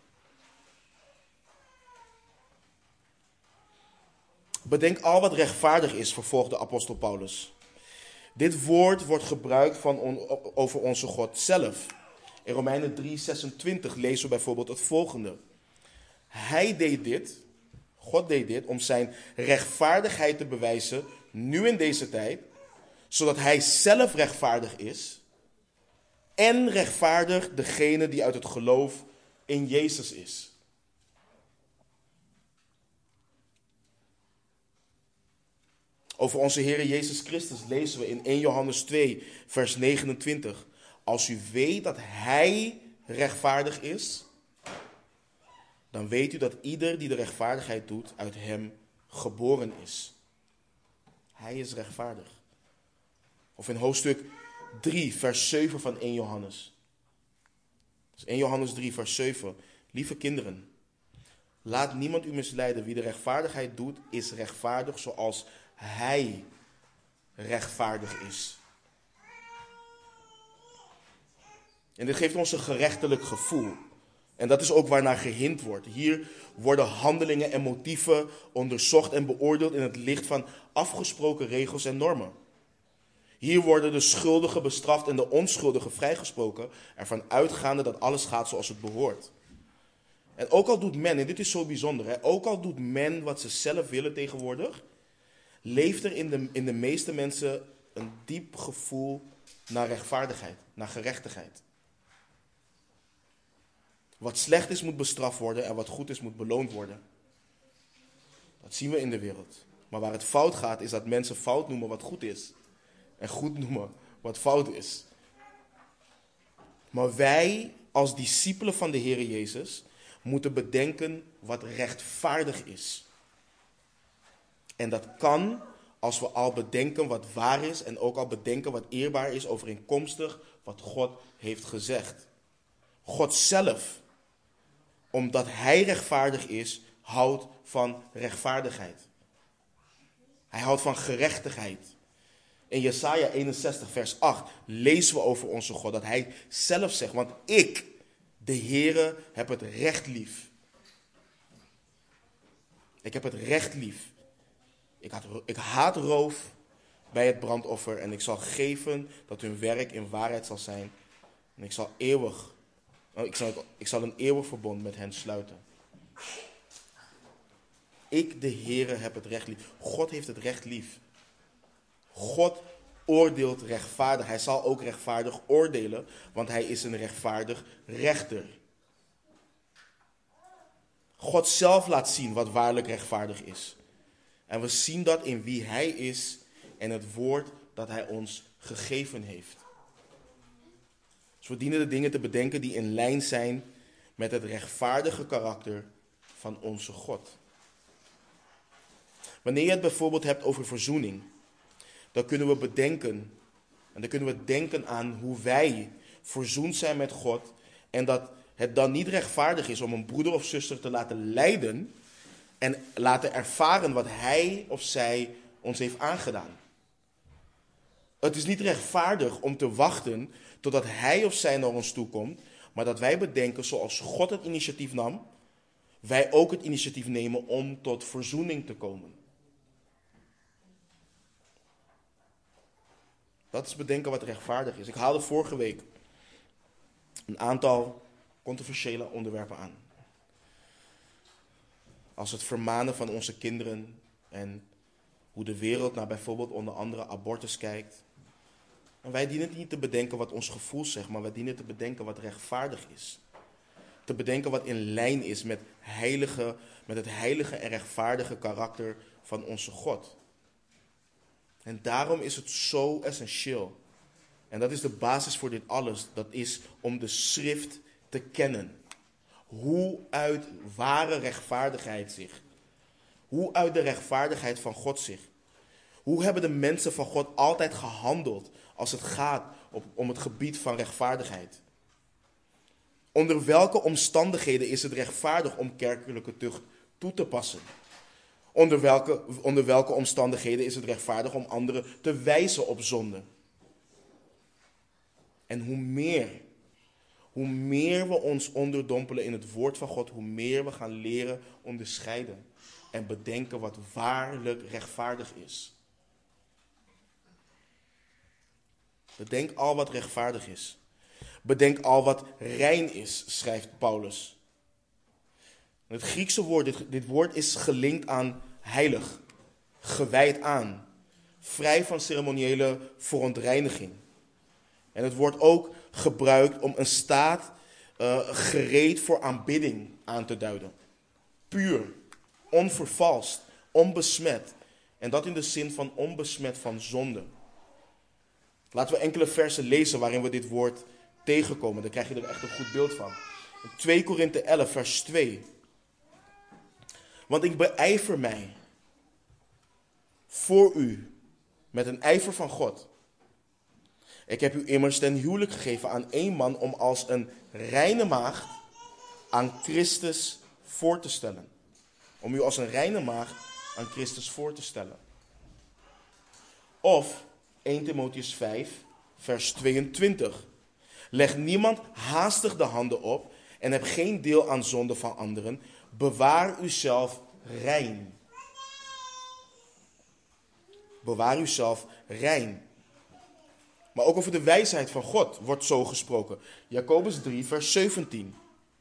Bedenk al wat rechtvaardig is, vervolgde apostel Paulus. Dit woord wordt gebruikt over onze God zelf. In Romeinen 3:26 lezen we bijvoorbeeld het volgende. Hij deed dit, God deed dit, om zijn rechtvaardigheid te bewijzen, nu in deze tijd, zodat hij zelf rechtvaardig is en rechtvaardig degene die uit het geloof in Jezus is. Over onze Heer Jezus Christus lezen we in 1 Johannes 2, vers 29. Als u weet dat Hij rechtvaardig is, dan weet u dat ieder die de rechtvaardigheid doet, uit hem geboren is. Hij is rechtvaardig. Of in hoofdstuk 3, vers 7 van 1 Johannes. Dus 1 Johannes 3, vers 7. Lieve kinderen, laat niemand u misleiden. Wie de rechtvaardigheid doet, is rechtvaardig zoals hij rechtvaardig is. En dit geeft ons een gerechtelijk gevoel. En dat is ook waarnaar gehind wordt. Hier worden handelingen en motieven onderzocht en beoordeeld in het licht van afgesproken regels en normen. Hier worden de schuldigen bestraft en de onschuldigen vrijgesproken, ervan uitgaande dat alles gaat zoals het behoort. En ook al doet men, en dit is zo bijzonder, ook al doet men wat ze zelf willen tegenwoordig, leeft er in de meeste mensen een diep gevoel naar rechtvaardigheid, naar gerechtigheid. Wat slecht is moet bestraft worden en wat goed is moet beloond worden. Dat zien we in de wereld. Maar waar het fout gaat is dat mensen fout noemen wat goed is. En goed noemen wat fout is. Maar wij als discipelen van de Heer Jezus moeten bedenken wat rechtvaardig is. En dat kan als we al bedenken wat waar is en ook al bedenken wat eerbaar is overeenkomstig wat God heeft gezegd. God zelf, omdat hij rechtvaardig is, houdt van rechtvaardigheid. Hij houdt van gerechtigheid. In Jesaja 61 vers 8 lezen we over onze God dat hij zelf zegt, want ik, de Heere, heb het recht lief. Ik heb het recht lief. Ik haat roof bij het brandoffer en ik zal geven dat hun werk in waarheid zal zijn. En ik zal een eeuwig verbond met hen sluiten. Ik, de Heere, heb het recht lief. God heeft het recht lief. God oordeelt rechtvaardig. Hij zal ook rechtvaardig oordelen, want hij is een rechtvaardig rechter. God zelf laat zien wat waarlijk rechtvaardig is. En we zien dat in wie hij is en het woord dat hij ons gegeven heeft. Dus we dienen de dingen te bedenken die in lijn zijn met het rechtvaardige karakter van onze God. Wanneer je het bijvoorbeeld hebt over verzoening, dan kunnen we bedenken, en dan kunnen we denken aan hoe wij verzoend zijn met God en dat het dan niet rechtvaardig is om een broeder of zuster te laten lijden en laten ervaren wat hij of zij ons heeft aangedaan. Het is niet rechtvaardig om te wachten totdat hij of zij naar ons toe komt, maar dat wij bedenken zoals God het initiatief nam, wij ook het initiatief nemen om tot verzoening te komen. Dat is bedenken wat rechtvaardig is. Ik haalde vorige week een aantal controversiële onderwerpen aan. Als het vermanen van onze kinderen en hoe de wereld naar bijvoorbeeld onder andere abortus kijkt. En wij dienen niet te bedenken wat ons gevoel zegt, maar wij dienen te bedenken wat rechtvaardig is. Te bedenken wat in lijn is met het heilige en rechtvaardige karakter van onze God. En daarom is het zo essentieel. En dat is de basis voor dit alles. Dat is om de schrift te kennen. Hoe uit ware rechtvaardigheid zich. Hoe uit de rechtvaardigheid van God zich. Hoe hebben de mensen van God altijd gehandeld als het gaat om het gebied van rechtvaardigheid? Onder welke omstandigheden is het rechtvaardig om kerkelijke tucht toe te passen? Onder welke omstandigheden is het rechtvaardig om anderen te wijzen op zonde? En hoe meer we ons onderdompelen in het woord van God, hoe meer we gaan leren onderscheiden en bedenken wat waarlijk rechtvaardig is. Bedenk al wat rechtvaardig is. Bedenk al wat rein is, schrijft Paulus. Het Griekse woord, dit woord is gelinkt aan heilig, gewijd aan, vrij van ceremoniële verontreiniging. En het wordt ook gebruikt om een staat gereed voor aanbidding aan te duiden. Puur, onvervalst, onbesmet. En dat in de zin van onbesmet van zonde. Laten we enkele versen lezen waarin we dit woord tegenkomen. Dan krijg je er echt een goed beeld van. In 2 Korinthe 11, vers 2. Want ik beijver mij voor u met een ijver van God. Ik heb u immers ten huwelijk gegeven aan één man om als een reine maagd aan Christus voor te stellen. Om u als een reine maagd aan Christus voor te stellen. Of 1 Timotheüs 5, vers 22. Leg niemand haastig de handen op en heb geen deel aan zonde van anderen. Bewaar uzelf rein. Bewaar uzelf rein. Maar ook over de wijsheid van God wordt zo gesproken. Jacobus 3, vers 17.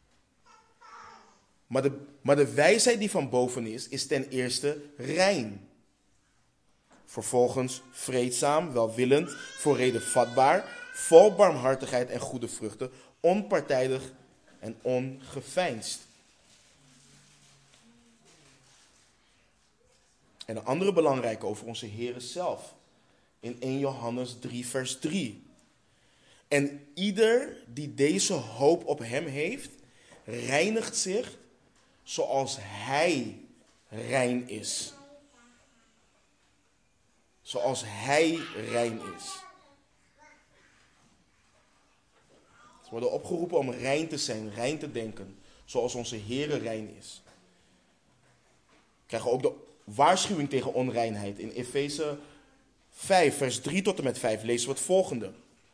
Maar de wijsheid die van boven is ten eerste rein. Vervolgens vreedzaam, welwillend, voor reden vatbaar, vol barmhartigheid en goede vruchten, onpartijdig en ongeveinsd. En een andere belangrijke over onze Heere zelf. In 1 Johannes 3, vers 3. En ieder die deze hoop op hem heeft, reinigt zich zoals hij rein is. Zoals hij rein is. We worden opgeroepen om rein te zijn, rein te denken, zoals onze Heere rein is. We krijgen ook de waarschuwing tegen onreinheid. In Efeze 5, vers 3 tot en met 5 lezen we het volgende.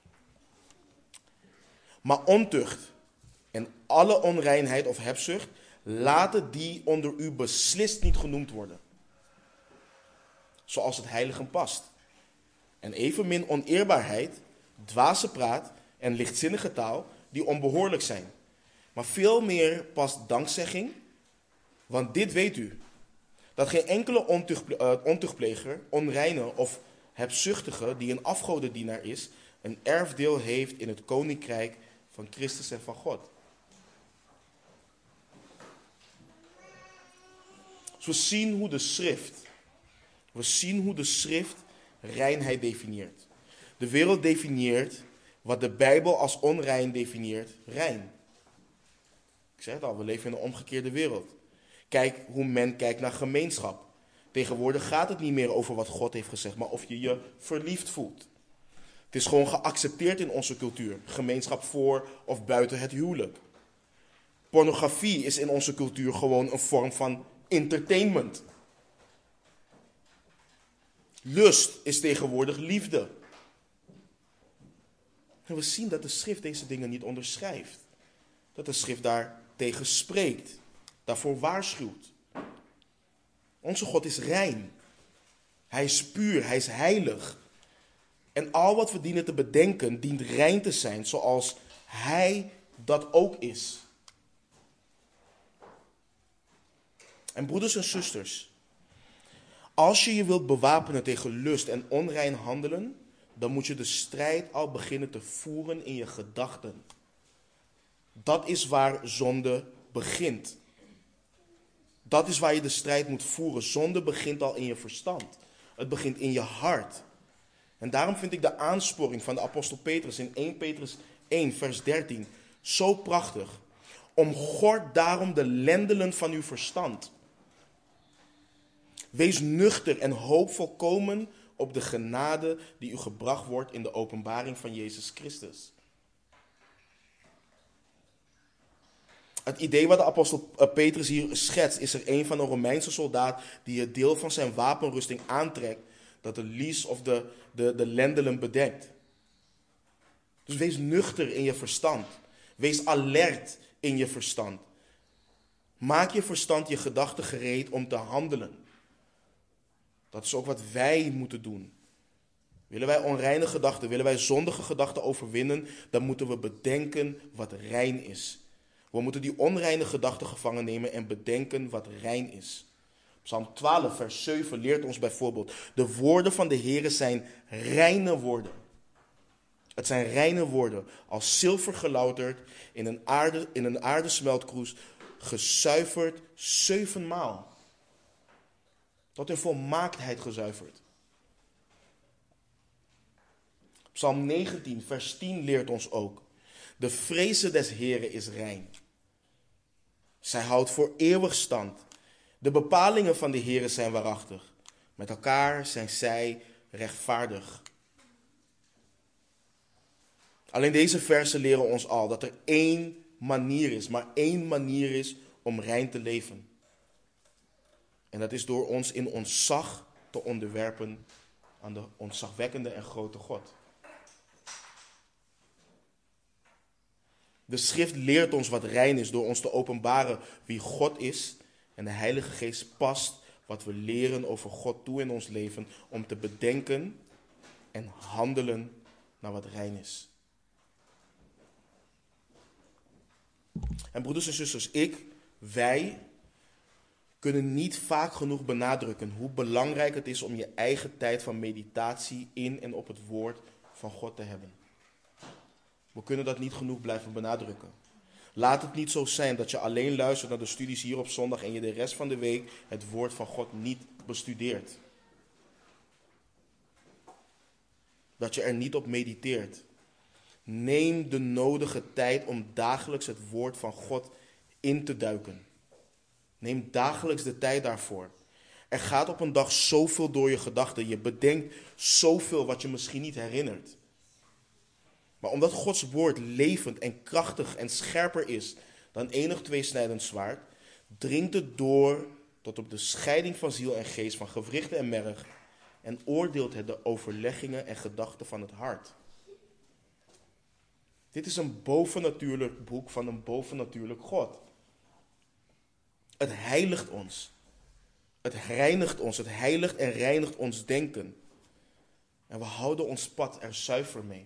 Maar ontucht en alle onreinheid of hebzucht, laten die onder u beslist niet genoemd worden. Zoals het heiligen past. En evenmin oneerbaarheid, dwaze praat en lichtzinnige taal, die onbehoorlijk zijn. Maar veel meer past dankzegging, want dit weet u, dat geen enkele ontuchtpleger, onreine of hebzuchtige, die een afgodendienaar is, een erfdeel heeft in het koninkrijk van Christus en van God. Dus we zien hoe de schrift reinheid definieert. De wereld definieert wat de Bijbel als onrein definieert, rein. Ik zeg het al, we leven in een omgekeerde wereld. Kijk hoe men kijkt naar gemeenschap. Tegenwoordig gaat het niet meer over wat God heeft gezegd, maar of je je verliefd voelt. Het is gewoon geaccepteerd in onze cultuur. Gemeenschap voor of buiten het huwelijk. Pornografie is in onze cultuur gewoon een vorm van entertainment. Lust is tegenwoordig liefde. En we zien dat de schrift deze dingen niet onderschrijft. Dat de schrift daar tegen spreekt. Daarvoor waarschuwt. Onze God is rein. Hij is puur, hij is heilig. En al wat we dienen te bedenken, dient rein te zijn zoals hij dat ook is. En broeders en zusters, als je je wilt bewapenen tegen lust en onrein handelen, dan moet je de strijd al beginnen te voeren in je gedachten. Dat is waar zonde begint. Dat is waar je de strijd moet voeren. Zonde begint al in je verstand. Het begint in je hart. En daarom vind ik de aansporing van de apostel Petrus in 1 Petrus 1 vers 13 zo prachtig. Omgord daarom de lendenen van uw verstand. Wees nuchter en hoop volkomen op de genade die u gebracht wordt in de openbaring van Jezus Christus. Het idee wat de apostel Petrus hier schetst, is er een van een Romeinse soldaat die het deel van zijn wapenrusting aantrekt, dat de lies of de lendenen bedekt. Dus wees nuchter in je verstand. Wees alert in je verstand. Maak je verstand, je gedachten gereed om te handelen. Dat is ook wat wij moeten doen. Willen wij onreine gedachten, willen wij zondige gedachten overwinnen, dan moeten we bedenken wat rein is. We moeten die onreine gedachten gevangen nemen en bedenken wat rein is. Psalm 12, vers 7 leert ons bijvoorbeeld: de woorden van de Heere zijn reine woorden. Het zijn reine woorden, als zilver gelouterd in een aardesmeltkroes, gezuiverd 7 maal. Tot in volmaaktheid gezuiverd. Psalm 19, vers 10 leert ons ook: De vreze des Heren is rein. Zij houdt voor eeuwig stand. De bepalingen van de Heren zijn waarachtig. Met elkaar zijn zij rechtvaardig. Alleen deze versen leren ons al dat er één manier is, maar één manier is om rein te leven. En dat is door ons in ontzag te onderwerpen aan de ontzagwekkende en grote God. De schrift leert ons wat rein is door ons te openbaren wie God is. En de Heilige Geest past wat we leren over God toe in ons leven om te bedenken en handelen naar wat rein is. En broeders en zusters, wij kunnen niet vaak genoeg benadrukken hoe belangrijk het is om je eigen tijd van meditatie in en op het woord van God te hebben. We kunnen dat niet genoeg blijven benadrukken. Laat het niet zo zijn dat je alleen luistert naar de studies hier op zondag en je de rest van de week het woord van God niet bestudeert. Dat je er niet op mediteert. Neem de nodige tijd om dagelijks het woord van God in te duiken. Neem dagelijks de tijd daarvoor. Er gaat op een dag zoveel door je gedachten. Je bedenkt zoveel wat je misschien niet herinnert. Maar omdat Gods woord levend en krachtig en scherper is dan enig tweesnijdend zwaard, dringt het door tot op de scheiding van ziel en geest, van gewrichten en merg, en oordeelt het de overleggingen en gedachten van het hart. Dit is een bovennatuurlijk boek van een bovennatuurlijk God. Het heiligt ons. Het reinigt ons. Het heiligt en reinigt ons denken. En we houden ons pad er zuiver mee.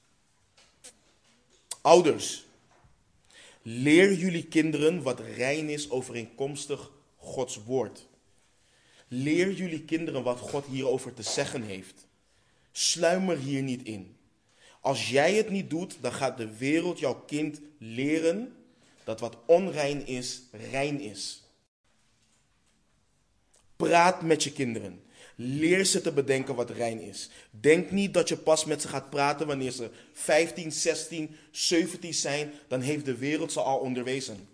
Ouders, leer jullie kinderen wat rein is overeenkomstig Gods woord. Leer jullie kinderen wat God hierover te zeggen heeft. Sluimer hier niet in. Als jij het niet doet, dan gaat de wereld jouw kind leren dat wat onrein is, rein is. Praat met je kinderen. Leer ze te bedenken wat rein is. Denk niet dat je pas met ze gaat praten wanneer ze 15, 16, 17 zijn. Dan heeft de wereld ze al onderwezen.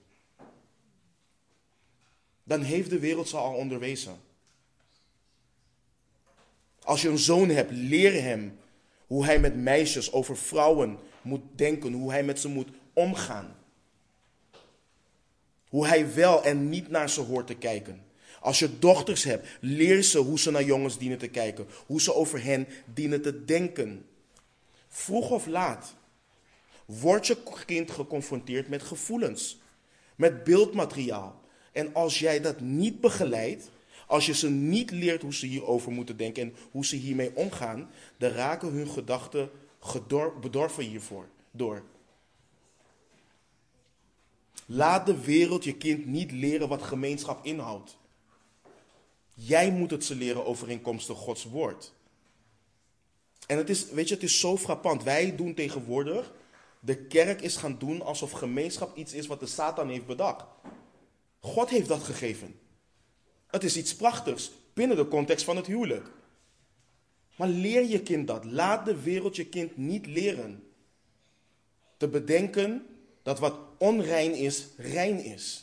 Dan heeft de wereld ze al onderwezen. Als je een zoon hebt, leer hem hoe hij met meisjes over vrouwen moet denken. Hoe hij met ze moet omgaan. Hoe hij wel en niet naar ze hoort te kijken. Als je dochters hebt, leer ze hoe ze naar jongens dienen te kijken. Hoe ze over hen dienen te denken. Vroeg of laat wordt je kind geconfronteerd met gevoelens. Met beeldmateriaal. En als jij dat niet begeleidt, als je ze niet leert hoe ze hierover moeten denken en hoe ze hiermee omgaan, dan raken hun gedachten bedorven hiervoor door. Laat de wereld je kind niet leren wat gemeenschap inhoudt. Jij moet het ze leren overeenkomstig Gods woord. En het is zo frappant. Wij doen tegenwoordig, de kerk is gaan doen alsof gemeenschap iets is wat de Satan heeft bedacht. God heeft dat gegeven. Het is iets prachtigs binnen de context van het huwelijk. Maar leer je kind dat. Laat de wereld je kind niet leren te bedenken dat wat onrein is, rein is.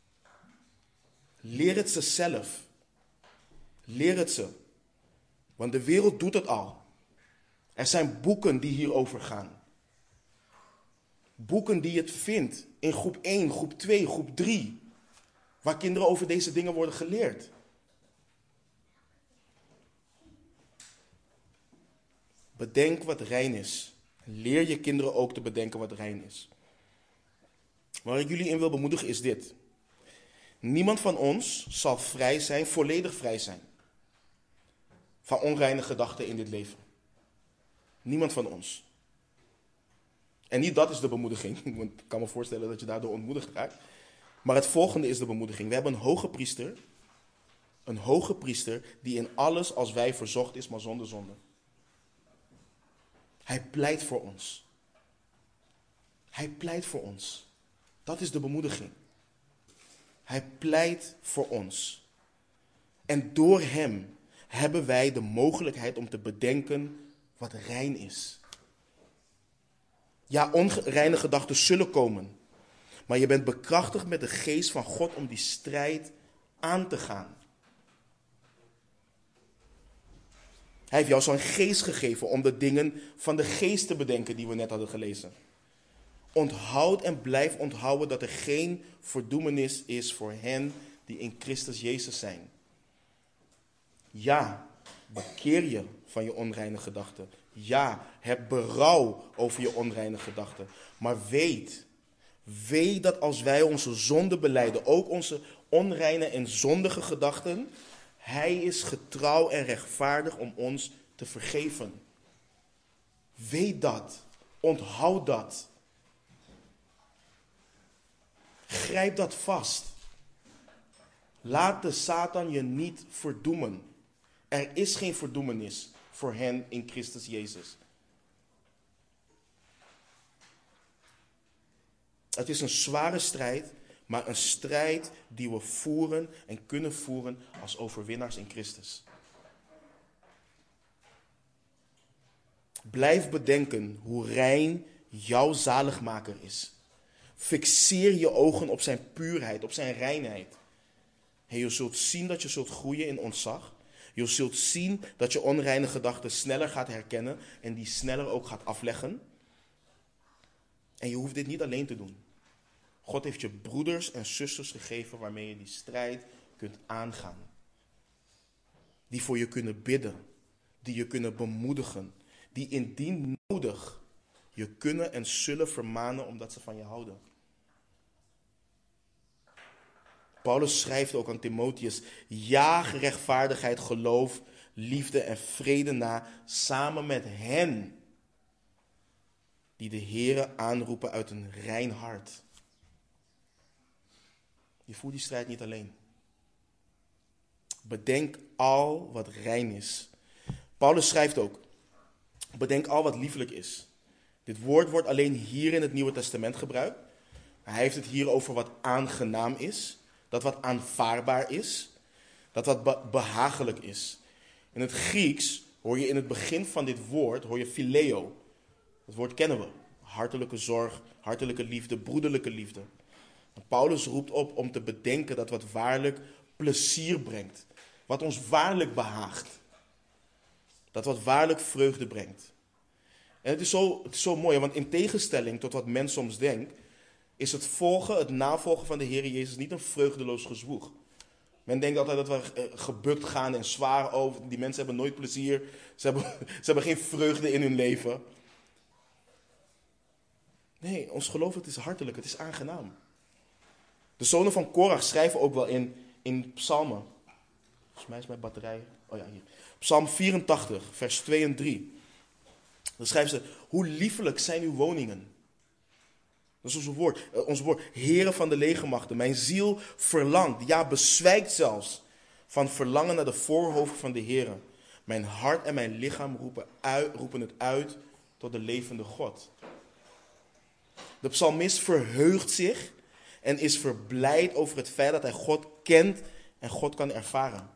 Leer het ze zelf. Leer het ze. Want de wereld doet het al. Er zijn boeken die hierover gaan. Boeken die het vindt in groep 1, groep 2, groep 3. Waar kinderen over deze dingen worden geleerd. Bedenk wat rein is. Leer je kinderen ook te bedenken wat rein is. Waar ik jullie in wil bemoedigen is dit. Niemand van ons zal vrij zijn, volledig vrij zijn. Van onreine gedachten in dit leven. Niemand van ons. En niet dat is de bemoediging. Want ik kan me voorstellen dat je daardoor ontmoedigd raakt. Maar het volgende is de bemoediging. We hebben een hoge priester. Een hoge priester die in alles als wij verzocht is, maar zonder zonde. Hij pleit voor ons. Hij pleit voor ons. Dat is de bemoediging. Hij pleit voor ons. En door hem hebben wij de mogelijkheid om te bedenken wat rein is. Ja, onreine gedachten zullen komen. Maar je bent bekrachtigd met de geest van God om die strijd aan te gaan. Hij heeft jou zo'n geest gegeven om de dingen van de geest te bedenken die we net hadden gelezen. Onthoud en blijf onthouden dat er geen verdoemenis is voor hen die in Christus Jezus zijn. Ja, bekeer je van je onreine gedachten. Ja, heb berouw over je onreine gedachten. Maar weet dat als wij onze zonde belijden, ook onze onreine en zondige gedachten, Hij is getrouw en rechtvaardig om ons te vergeven. Weet dat. Onthoud dat. Grijp dat vast. Laat de Satan je niet verdoemen. Er is geen verdoemenis voor hen in Christus Jezus. Het is een zware strijd, maar een strijd die we voeren en kunnen voeren als overwinnaars in Christus. Blijf bedenken hoe rein jouw zaligmaker is. Fixeer je ogen op zijn puurheid, op zijn reinheid. En je zult zien dat je zult groeien in ontzag. Je zult zien dat je onreine gedachten sneller gaat herkennen en die sneller ook gaat afleggen. En je hoeft dit niet alleen te doen. God heeft je broeders en zusters gegeven waarmee je die strijd kunt aangaan. Die voor je kunnen bidden. Die je kunnen bemoedigen. Die indien nodig je kunnen en zullen vermanen omdat ze van je houden. Paulus schrijft ook aan Timotheus: jaag rechtvaardigheid, geloof, liefde en vrede na, samen met hen die de Heere aanroepen uit een rein hart. Je voert die strijd niet alleen. Bedenk al wat rein is. Paulus schrijft ook: bedenk al wat liefelijk is. Dit woord wordt alleen hier in het Nieuwe Testament gebruikt. Hij heeft het hier over wat aangenaam is. Dat wat aanvaardbaar is. Dat wat behagelijk is. In het Grieks hoor je in het begin van dit woord, hoor je phileo. Dat woord kennen we. Hartelijke zorg, hartelijke liefde, broederlijke liefde. En Paulus roept op om te bedenken dat wat waarlijk plezier brengt. Wat ons waarlijk behaagt. Dat wat waarlijk vreugde brengt. En het is zo mooi, want in tegenstelling tot wat men soms denkt, is het navolgen van de Heer Jezus niet een vreugdeloos gezwoeg. Men denkt altijd dat we gebukt gaan en zwaar over. Die mensen hebben nooit plezier. Ze hebben geen vreugde in hun leven. Nee, ons geloof, het is hartelijk, het is aangenaam. De zonen van Korach schrijven ook wel in psalmen. Volgens mij is mijn batterij. Oh ja, hier. Psalm 84, vers 2 en 3. Dan schrijven ze: hoe liefelijk zijn uw woningen. Dat is ons woord. Heren van de legermachten, mijn ziel verlangt, ja bezwijkt zelfs, van verlangen naar de voorhoven van de Heren. Mijn hart en mijn lichaam roepen het uit tot de levende God. De psalmist verheugt zich en is verblijd over het feit dat hij God kent en God kan ervaren.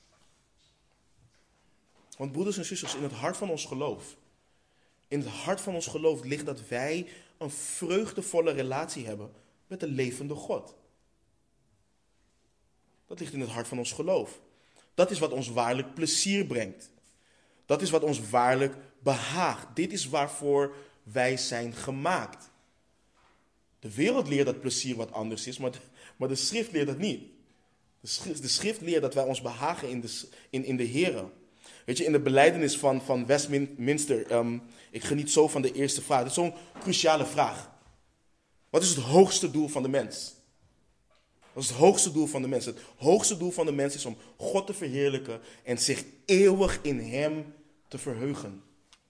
Want broeders en zusters, in het hart van ons geloof ligt dat wij een vreugdevolle relatie hebben met de levende God. Dat ligt in het hart van ons geloof. Dat is wat ons waarlijk plezier brengt. Dat is wat ons waarlijk behaagt. Dit is waarvoor wij zijn gemaakt. De wereld leert dat plezier wat anders is, maar de schrift leert dat niet. De schrift leert dat wij ons behagen in de Here. Weet je, in de belijdenis van Westminster, ik geniet zo van de eerste vraag. Dat is zo'n cruciale vraag. Wat is het hoogste doel van de mens? Wat is het hoogste doel van de mens? Het hoogste doel van de mens is om God te verheerlijken en zich eeuwig in Hem te verheugen.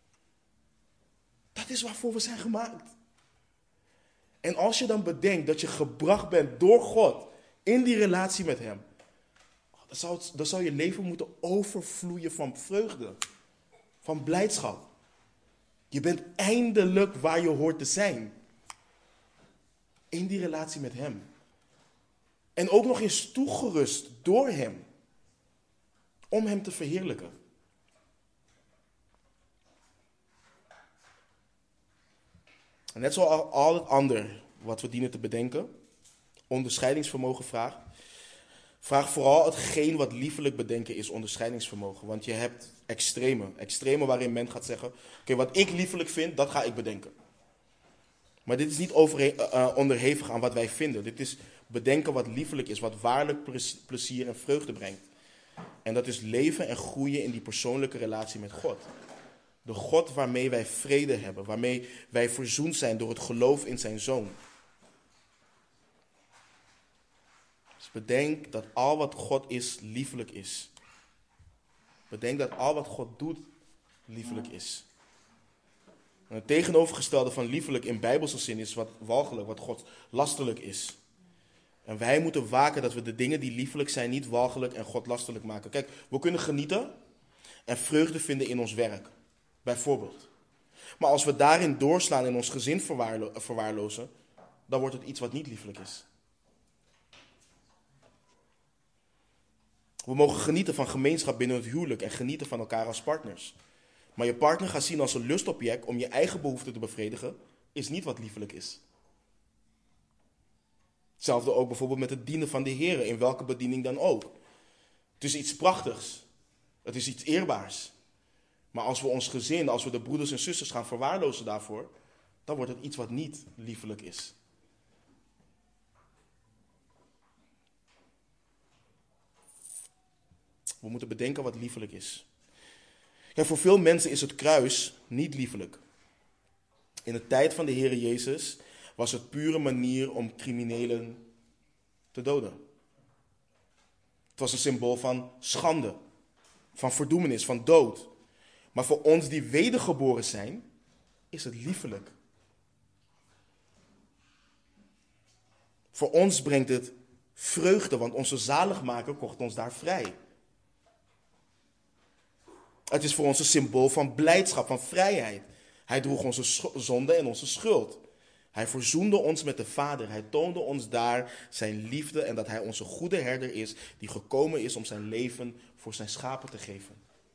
Dat is waarvoor we zijn gemaakt. En als je dan bedenkt dat je gebracht bent door God in die relatie met Hem, dan zou je leven moeten overvloeien van vreugde, van blijdschap. Je bent eindelijk waar je hoort te zijn. In die relatie met Hem. En ook nog eens toegerust door Hem. Om Hem te verheerlijken. Net zoals al het ander wat we dienen te bedenken, onderscheidingsvermogen vraagt. Vraag vooral hetgeen wat liefelijk bedenken is, onderscheidingsvermogen. Want je hebt extreme waarin men gaat zeggen, oké, wat ik liefelijk vind, dat ga ik bedenken. Maar dit is niet onderhevig aan wat wij vinden. Dit is bedenken wat liefelijk is, wat waarlijk plezier en vreugde brengt. En dat is leven en groeien in die persoonlijke relatie met God. De God waarmee wij vrede hebben, waarmee wij verzoend zijn door het geloof in zijn Zoon. Dus bedenk dat al wat God is, liefelijk is. Bedenk dat al wat God doet, liefelijk is. En het tegenovergestelde van liefelijk in bijbelse zin is wat walgelijk, wat God lastelijk is. En wij moeten waken dat we de dingen die liefelijk zijn niet walgelijk en God lastelijk maken. Kijk, we kunnen genieten en vreugde vinden in ons werk, bijvoorbeeld. Maar als we daarin doorslaan en ons gezin verwaarlozen, dan wordt het iets wat niet liefelijk is. We mogen genieten van gemeenschap binnen het huwelijk en genieten van elkaar als partners. Maar je partner gaan zien als een lustobject om je eigen behoeften te bevredigen, is niet wat liefelijk is. Hetzelfde ook bijvoorbeeld met het dienen van de Heer, in welke bediening dan ook. Het is iets prachtigs. Het is iets eerbaars. Maar als we ons gezin, als we de broeders en zusters gaan verwaarlozen daarvoor, dan wordt het iets wat niet liefelijk is. We moeten bedenken wat liefelijk is. Ja, voor veel mensen is het kruis niet liefelijk. In de tijd van de Heer Jezus was het pure manier om criminelen te doden. Het was een symbool van schande, van verdoemenis, van dood. Maar voor ons die wedergeboren zijn, is het liefelijk. Voor ons brengt het vreugde, want onze zaligmaker kocht ons daar vrij. Het is voor ons een symbool van blijdschap, van vrijheid. Hij droeg onze zonde en onze schuld. Hij verzoende ons met de Vader. Hij toonde ons daar zijn liefde en dat hij onze goede herder is, die gekomen is om zijn leven voor zijn schapen te geven.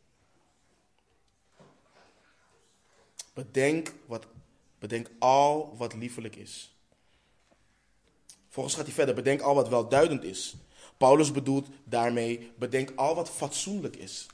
Bedenk al wat liefelijk is. Volgens gaat hij verder, bedenk al wat welduidend is. Paulus bedoelt daarmee, bedenk al wat fatsoenlijk is.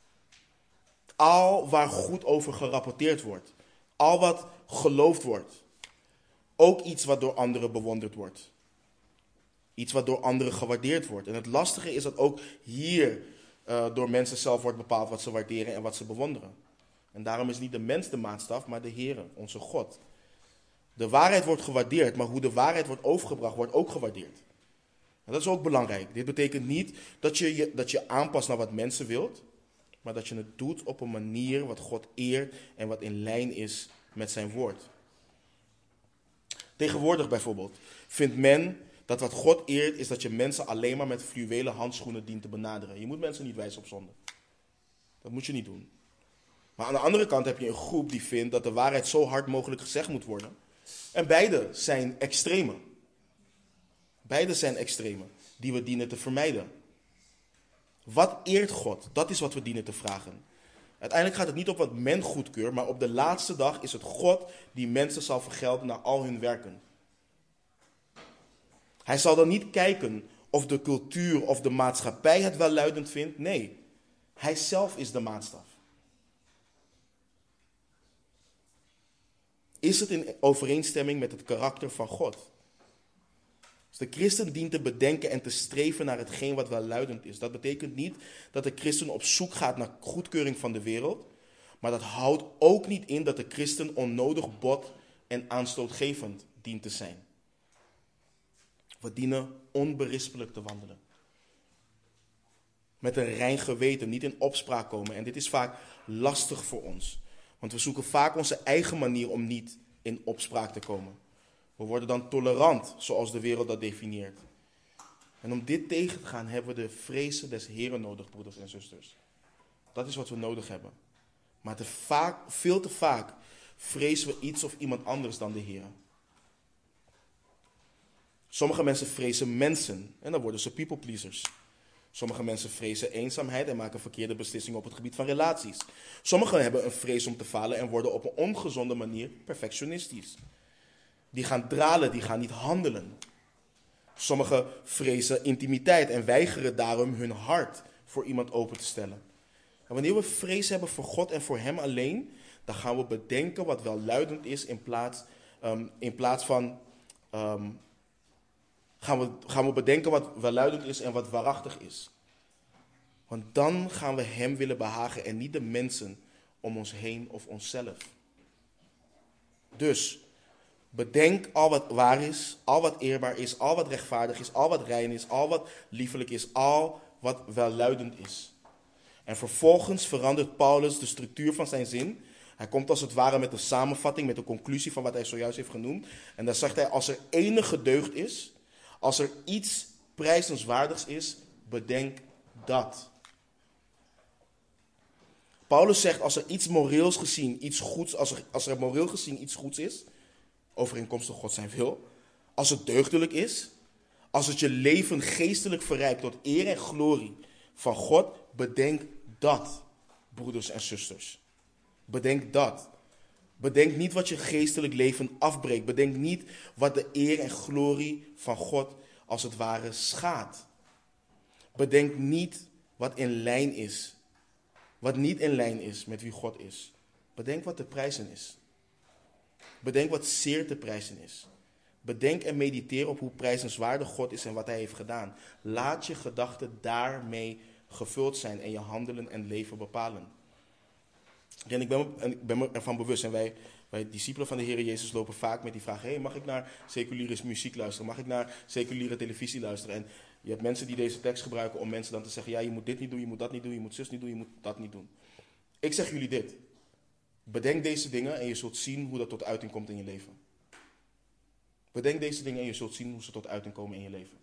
Al waar goed over gerapporteerd wordt. Al wat geloofd wordt. Ook iets wat door anderen bewonderd wordt. Iets wat door anderen gewaardeerd wordt. En het lastige is dat ook hier door mensen zelf wordt bepaald wat ze waarderen en wat ze bewonderen. En daarom is niet de mens de maatstaf, maar de Heere, onze God. De waarheid wordt gewaardeerd, maar hoe de waarheid wordt overgebracht wordt ook gewaardeerd. En dat is ook belangrijk. Dit betekent niet dat je aanpast naar wat mensen wilt, maar dat je het doet op een manier wat God eert en wat in lijn is met zijn woord. Tegenwoordig bijvoorbeeld vindt men dat wat God eert is dat je mensen alleen maar met fluwelen handschoenen dient te benaderen. Je moet mensen niet wijzen op zonde. Dat moet je niet doen. Maar aan de andere kant heb je een groep die vindt dat de waarheid zo hard mogelijk gezegd moet worden. En beide zijn extremen. Beide zijn extremen die we dienen te vermijden. Wat eert God? Dat is wat we dienen te vragen. Uiteindelijk gaat het niet op wat men goedkeurt, maar op de laatste dag is het God die mensen zal vergelden naar al hun werken. Hij zal dan niet kijken of de cultuur of de maatschappij het welluidend vindt. Nee, hij zelf is de maatstaf. Is het in overeenstemming met het karakter van God? Dus de christen dient te bedenken en te streven naar hetgeen wat welluidend is. Dat betekent niet dat de christen op zoek gaat naar goedkeuring van de wereld. Maar dat houdt ook niet in dat de christen onnodig bot en aanstootgevend dient te zijn. We dienen onberispelijk te wandelen. Met een rein geweten, niet in opspraak komen. En dit is vaak lastig voor ons. Want we zoeken vaak onze eigen manier om niet in opspraak te komen. We worden dan tolerant, zoals de wereld dat definieert. En om dit tegen te gaan, hebben we de vrezen des Heren nodig, broeders en zusters. Dat is wat we nodig hebben. Maar veel te vaak vrezen we iets of iemand anders dan de Heren. Sommige mensen vrezen mensen en dan worden ze people pleasers. Sommige mensen vrezen eenzaamheid en maken verkeerde beslissingen op het gebied van relaties. Sommigen hebben een vrees om te falen en worden op een ongezonde manier perfectionistisch. Die gaan dralen, die gaan niet handelen. Sommigen vrezen intimiteit en weigeren daarom hun hart voor iemand open te stellen. En wanneer we vrees hebben voor God en voor Hem alleen, dan gaan we bedenken wat welluidend is in plaats van... gaan we bedenken wat welluidend is en wat waarachtig is. Want dan gaan we Hem willen behagen en niet de mensen om ons heen of onszelf. Dus bedenk al wat waar is, al wat eerbaar is, al wat rechtvaardig is, al wat rein is, al wat liefelijk is, al wat welluidend is. En vervolgens verandert Paulus de structuur van zijn zin. Hij komt als het ware met een samenvatting, met een conclusie van wat hij zojuist heeft genoemd. En dan zegt hij, als er enige deugd is, als er iets prijzenswaardigs is, bedenk dat. Paulus zegt, als er iets moreels gezien, iets goeds, als er moreel gezien iets goeds is, overeenkomstig God zijn wil, als het deugdelijk is, als het je leven geestelijk verrijkt tot eer en glorie van God, bedenk dat, broeders en zusters. Bedenk dat. Bedenk niet wat je geestelijk leven afbreekt. Bedenk niet wat de eer en glorie van God als het ware schaadt. Bedenk niet wat in lijn is. Wat niet in lijn is met wie God is. Bedenk wat te prijzen is. Bedenk wat zeer te prijzen is. Bedenk en mediteer op hoe prijzenswaardig God is en wat hij heeft gedaan. Laat je gedachten daarmee gevuld zijn en je handelen en leven bepalen. En ik ben me ervan bewust, en wij discipelen van de Heer Jezus lopen vaak met die vraag, hey, mag ik naar seculiere muziek luisteren? Mag ik naar seculiere televisie luisteren? En je hebt mensen die deze tekst gebruiken om mensen dan te zeggen, ja, je moet dit niet doen, je moet dat niet doen, je moet zus niet doen, je moet dat niet doen. Ik zeg jullie dit. Bedenk deze dingen en je zult zien hoe dat tot uiting komt in je leven. Bedenk deze dingen en je zult zien hoe ze tot uiting komen in je leven.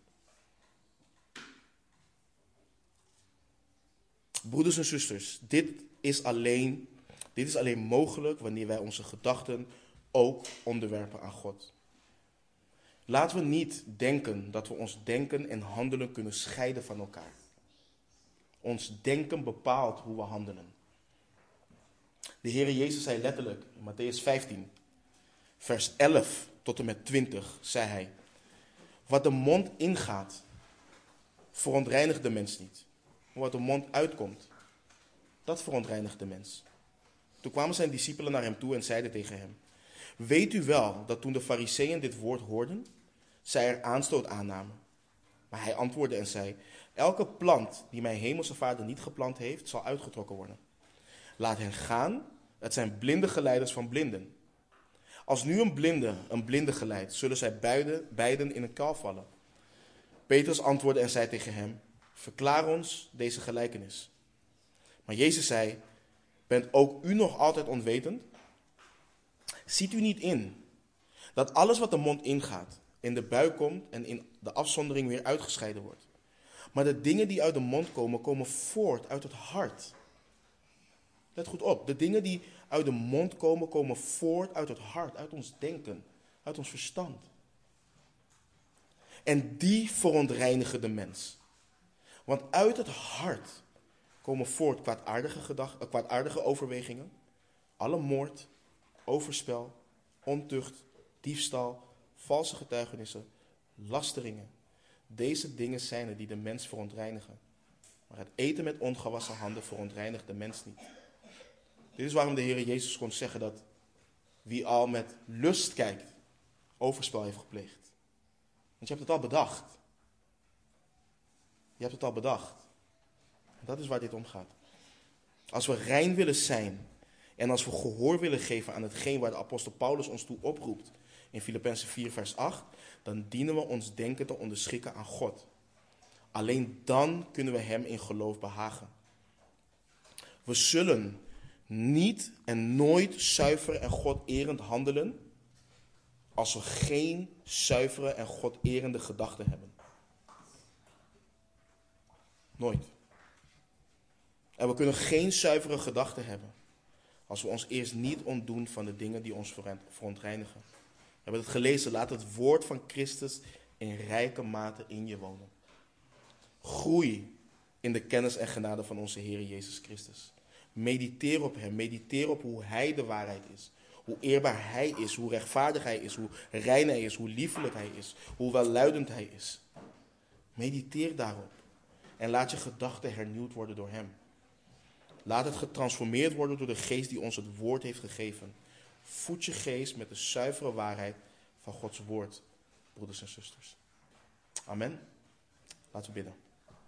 Broeders en zusters, dit is alleen mogelijk wanneer wij onze gedachten ook onderwerpen aan God. Laten we niet denken dat we ons denken en handelen kunnen scheiden van elkaar. Ons denken bepaalt hoe we handelen. De Heer Jezus zei letterlijk in Mattheüs 15, vers 11 tot en met 20, zei hij, wat de mond ingaat, verontreinigt de mens niet. Maar wat de mond uitkomt, dat verontreinigt de mens. Toen kwamen zijn discipelen naar hem toe en zeiden tegen hem, weet u wel dat toen de Farizeeën dit woord hoorden, zij er aanstoot aannamen. Maar hij antwoordde en zei, elke plant die mijn hemelse Vader niet geplant heeft, zal uitgetrokken worden. Laat hen gaan, het zijn blinde geleiders van blinden. Als nu een blinde geleidt, zullen zij beiden in een kuil vallen. Petrus antwoordde en zei tegen hem, verklaar ons deze gelijkenis. Maar Jezus zei, bent ook u nog altijd onwetend? Ziet u niet in dat alles wat de mond ingaat, in de buik komt en in de afzondering weer uitgescheiden wordt? Maar de dingen die uit de mond komen, komen voort uit het hart. Let goed op, de dingen die uit de mond komen, komen voort uit het hart, uit ons denken, uit ons verstand. En die verontreinigen de mens. Want uit het hart komen voort kwaadaardige overwegingen, alle moord, overspel, ontucht, diefstal, valse getuigenissen, lasteringen. Deze dingen zijn er die de mens verontreinigen. Maar het eten met ongewassen handen verontreinigt de mens niet. Dit is waarom de Heer Jezus kon zeggen dat wie al met lust kijkt, overspel heeft gepleegd. Want je hebt het al bedacht. Je hebt het al bedacht. En dat is waar dit om gaat. Als we rein willen zijn en als we gehoor willen geven aan hetgeen waar de apostel Paulus ons toe oproept in Filippenzen 4 vers 8, dan dienen we ons denken te onderschikken aan God. Alleen dan kunnen we hem in geloof behagen. We zullen niet en nooit zuiver en goderend handelen als we geen zuivere en goderende gedachten hebben. Nooit. En we kunnen geen zuivere gedachten hebben als we ons eerst niet ontdoen van de dingen die ons verontreinigen. We hebben het gelezen, laat het woord van Christus in rijke mate in je wonen. Groei in de kennis en genade van onze Heer Jezus Christus. Mediteer op hem, mediteer op hoe hij de waarheid is. Hoe eerbaar Hij is, hoe rechtvaardig Hij is, hoe rein Hij is, hoe liefelijk Hij is, hoe welluidend Hij is. Mediteer daarop en laat je gedachten hernieuwd worden door Hem. Laat het getransformeerd worden door de geest die ons het woord heeft gegeven. Voed je geest met de zuivere waarheid van Gods woord, broeders en zusters. Amen. Laten we bidden.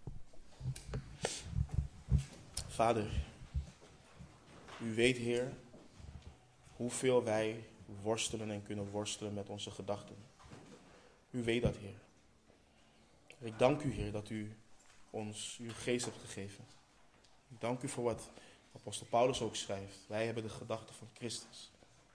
Vader, u weet, Heer, hoeveel wij worstelen en kunnen worstelen met onze gedachten. U weet dat, Heer. Ik dank u, Heer, dat u ons uw geest hebt gegeven. Ik dank u voor wat apostel Paulus ook schrijft. Wij hebben de gedachten van Christus.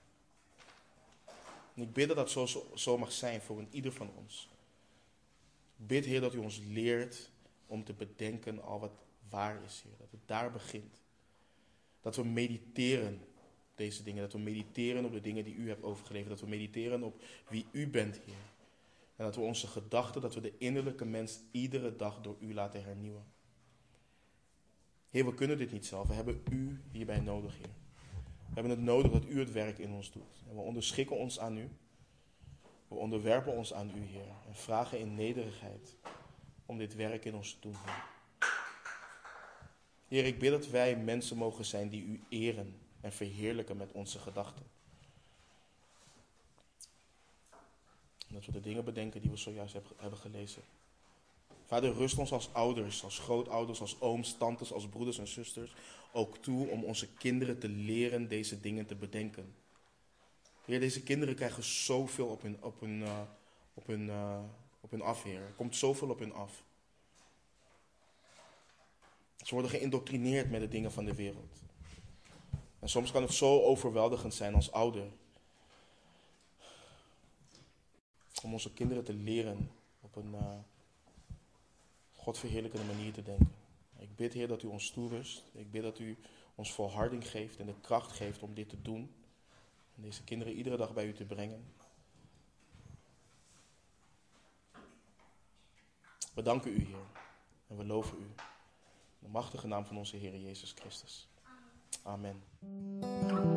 En ik bid dat dat zo mag zijn voor een ieder van ons. Ik bid, Heer, dat u ons leert om te bedenken al wat waar is, Heer. Dat het daar begint. Dat we mediteren op deze dingen. Dat we mediteren op de dingen die u hebt overgeleverd. Dat we mediteren op wie u bent, Heer. En dat we onze gedachten, dat we de innerlijke mens iedere dag door u laten hernieuwen. Heer, we kunnen dit niet zelf. We hebben u hierbij nodig, Heer. We hebben het nodig dat u het werk in ons doet. En we onderschikken ons aan u. We onderwerpen ons aan u, Heer. En vragen in nederigheid om dit werk in ons te doen, Heer. Heer, ik bid dat wij mensen mogen zijn die u eren en verheerlijken met onze gedachten. En dat we de dingen bedenken die we zojuist hebben gelezen. Vader, rust ons als ouders, als grootouders, als ooms, tantes, als broeders en zusters ook toe om onze kinderen te leren deze dingen te bedenken. Heer, deze kinderen krijgen zoveel op hun af, Heer. Er komt zoveel op hun af. Ze worden geïndoctrineerd met de dingen van de wereld. En soms kan het zo overweldigend zijn als ouder. Om onze kinderen te leren op een Godverheerlijkende manier te denken. Ik bid, Heer, dat u ons toerust. Ik bid dat u ons volharding geeft en de kracht geeft om dit te doen. En deze kinderen iedere dag bij u te brengen. We danken u, Heer. En we loven u. In de machtige naam van onze Heer Jezus Christus. Amen.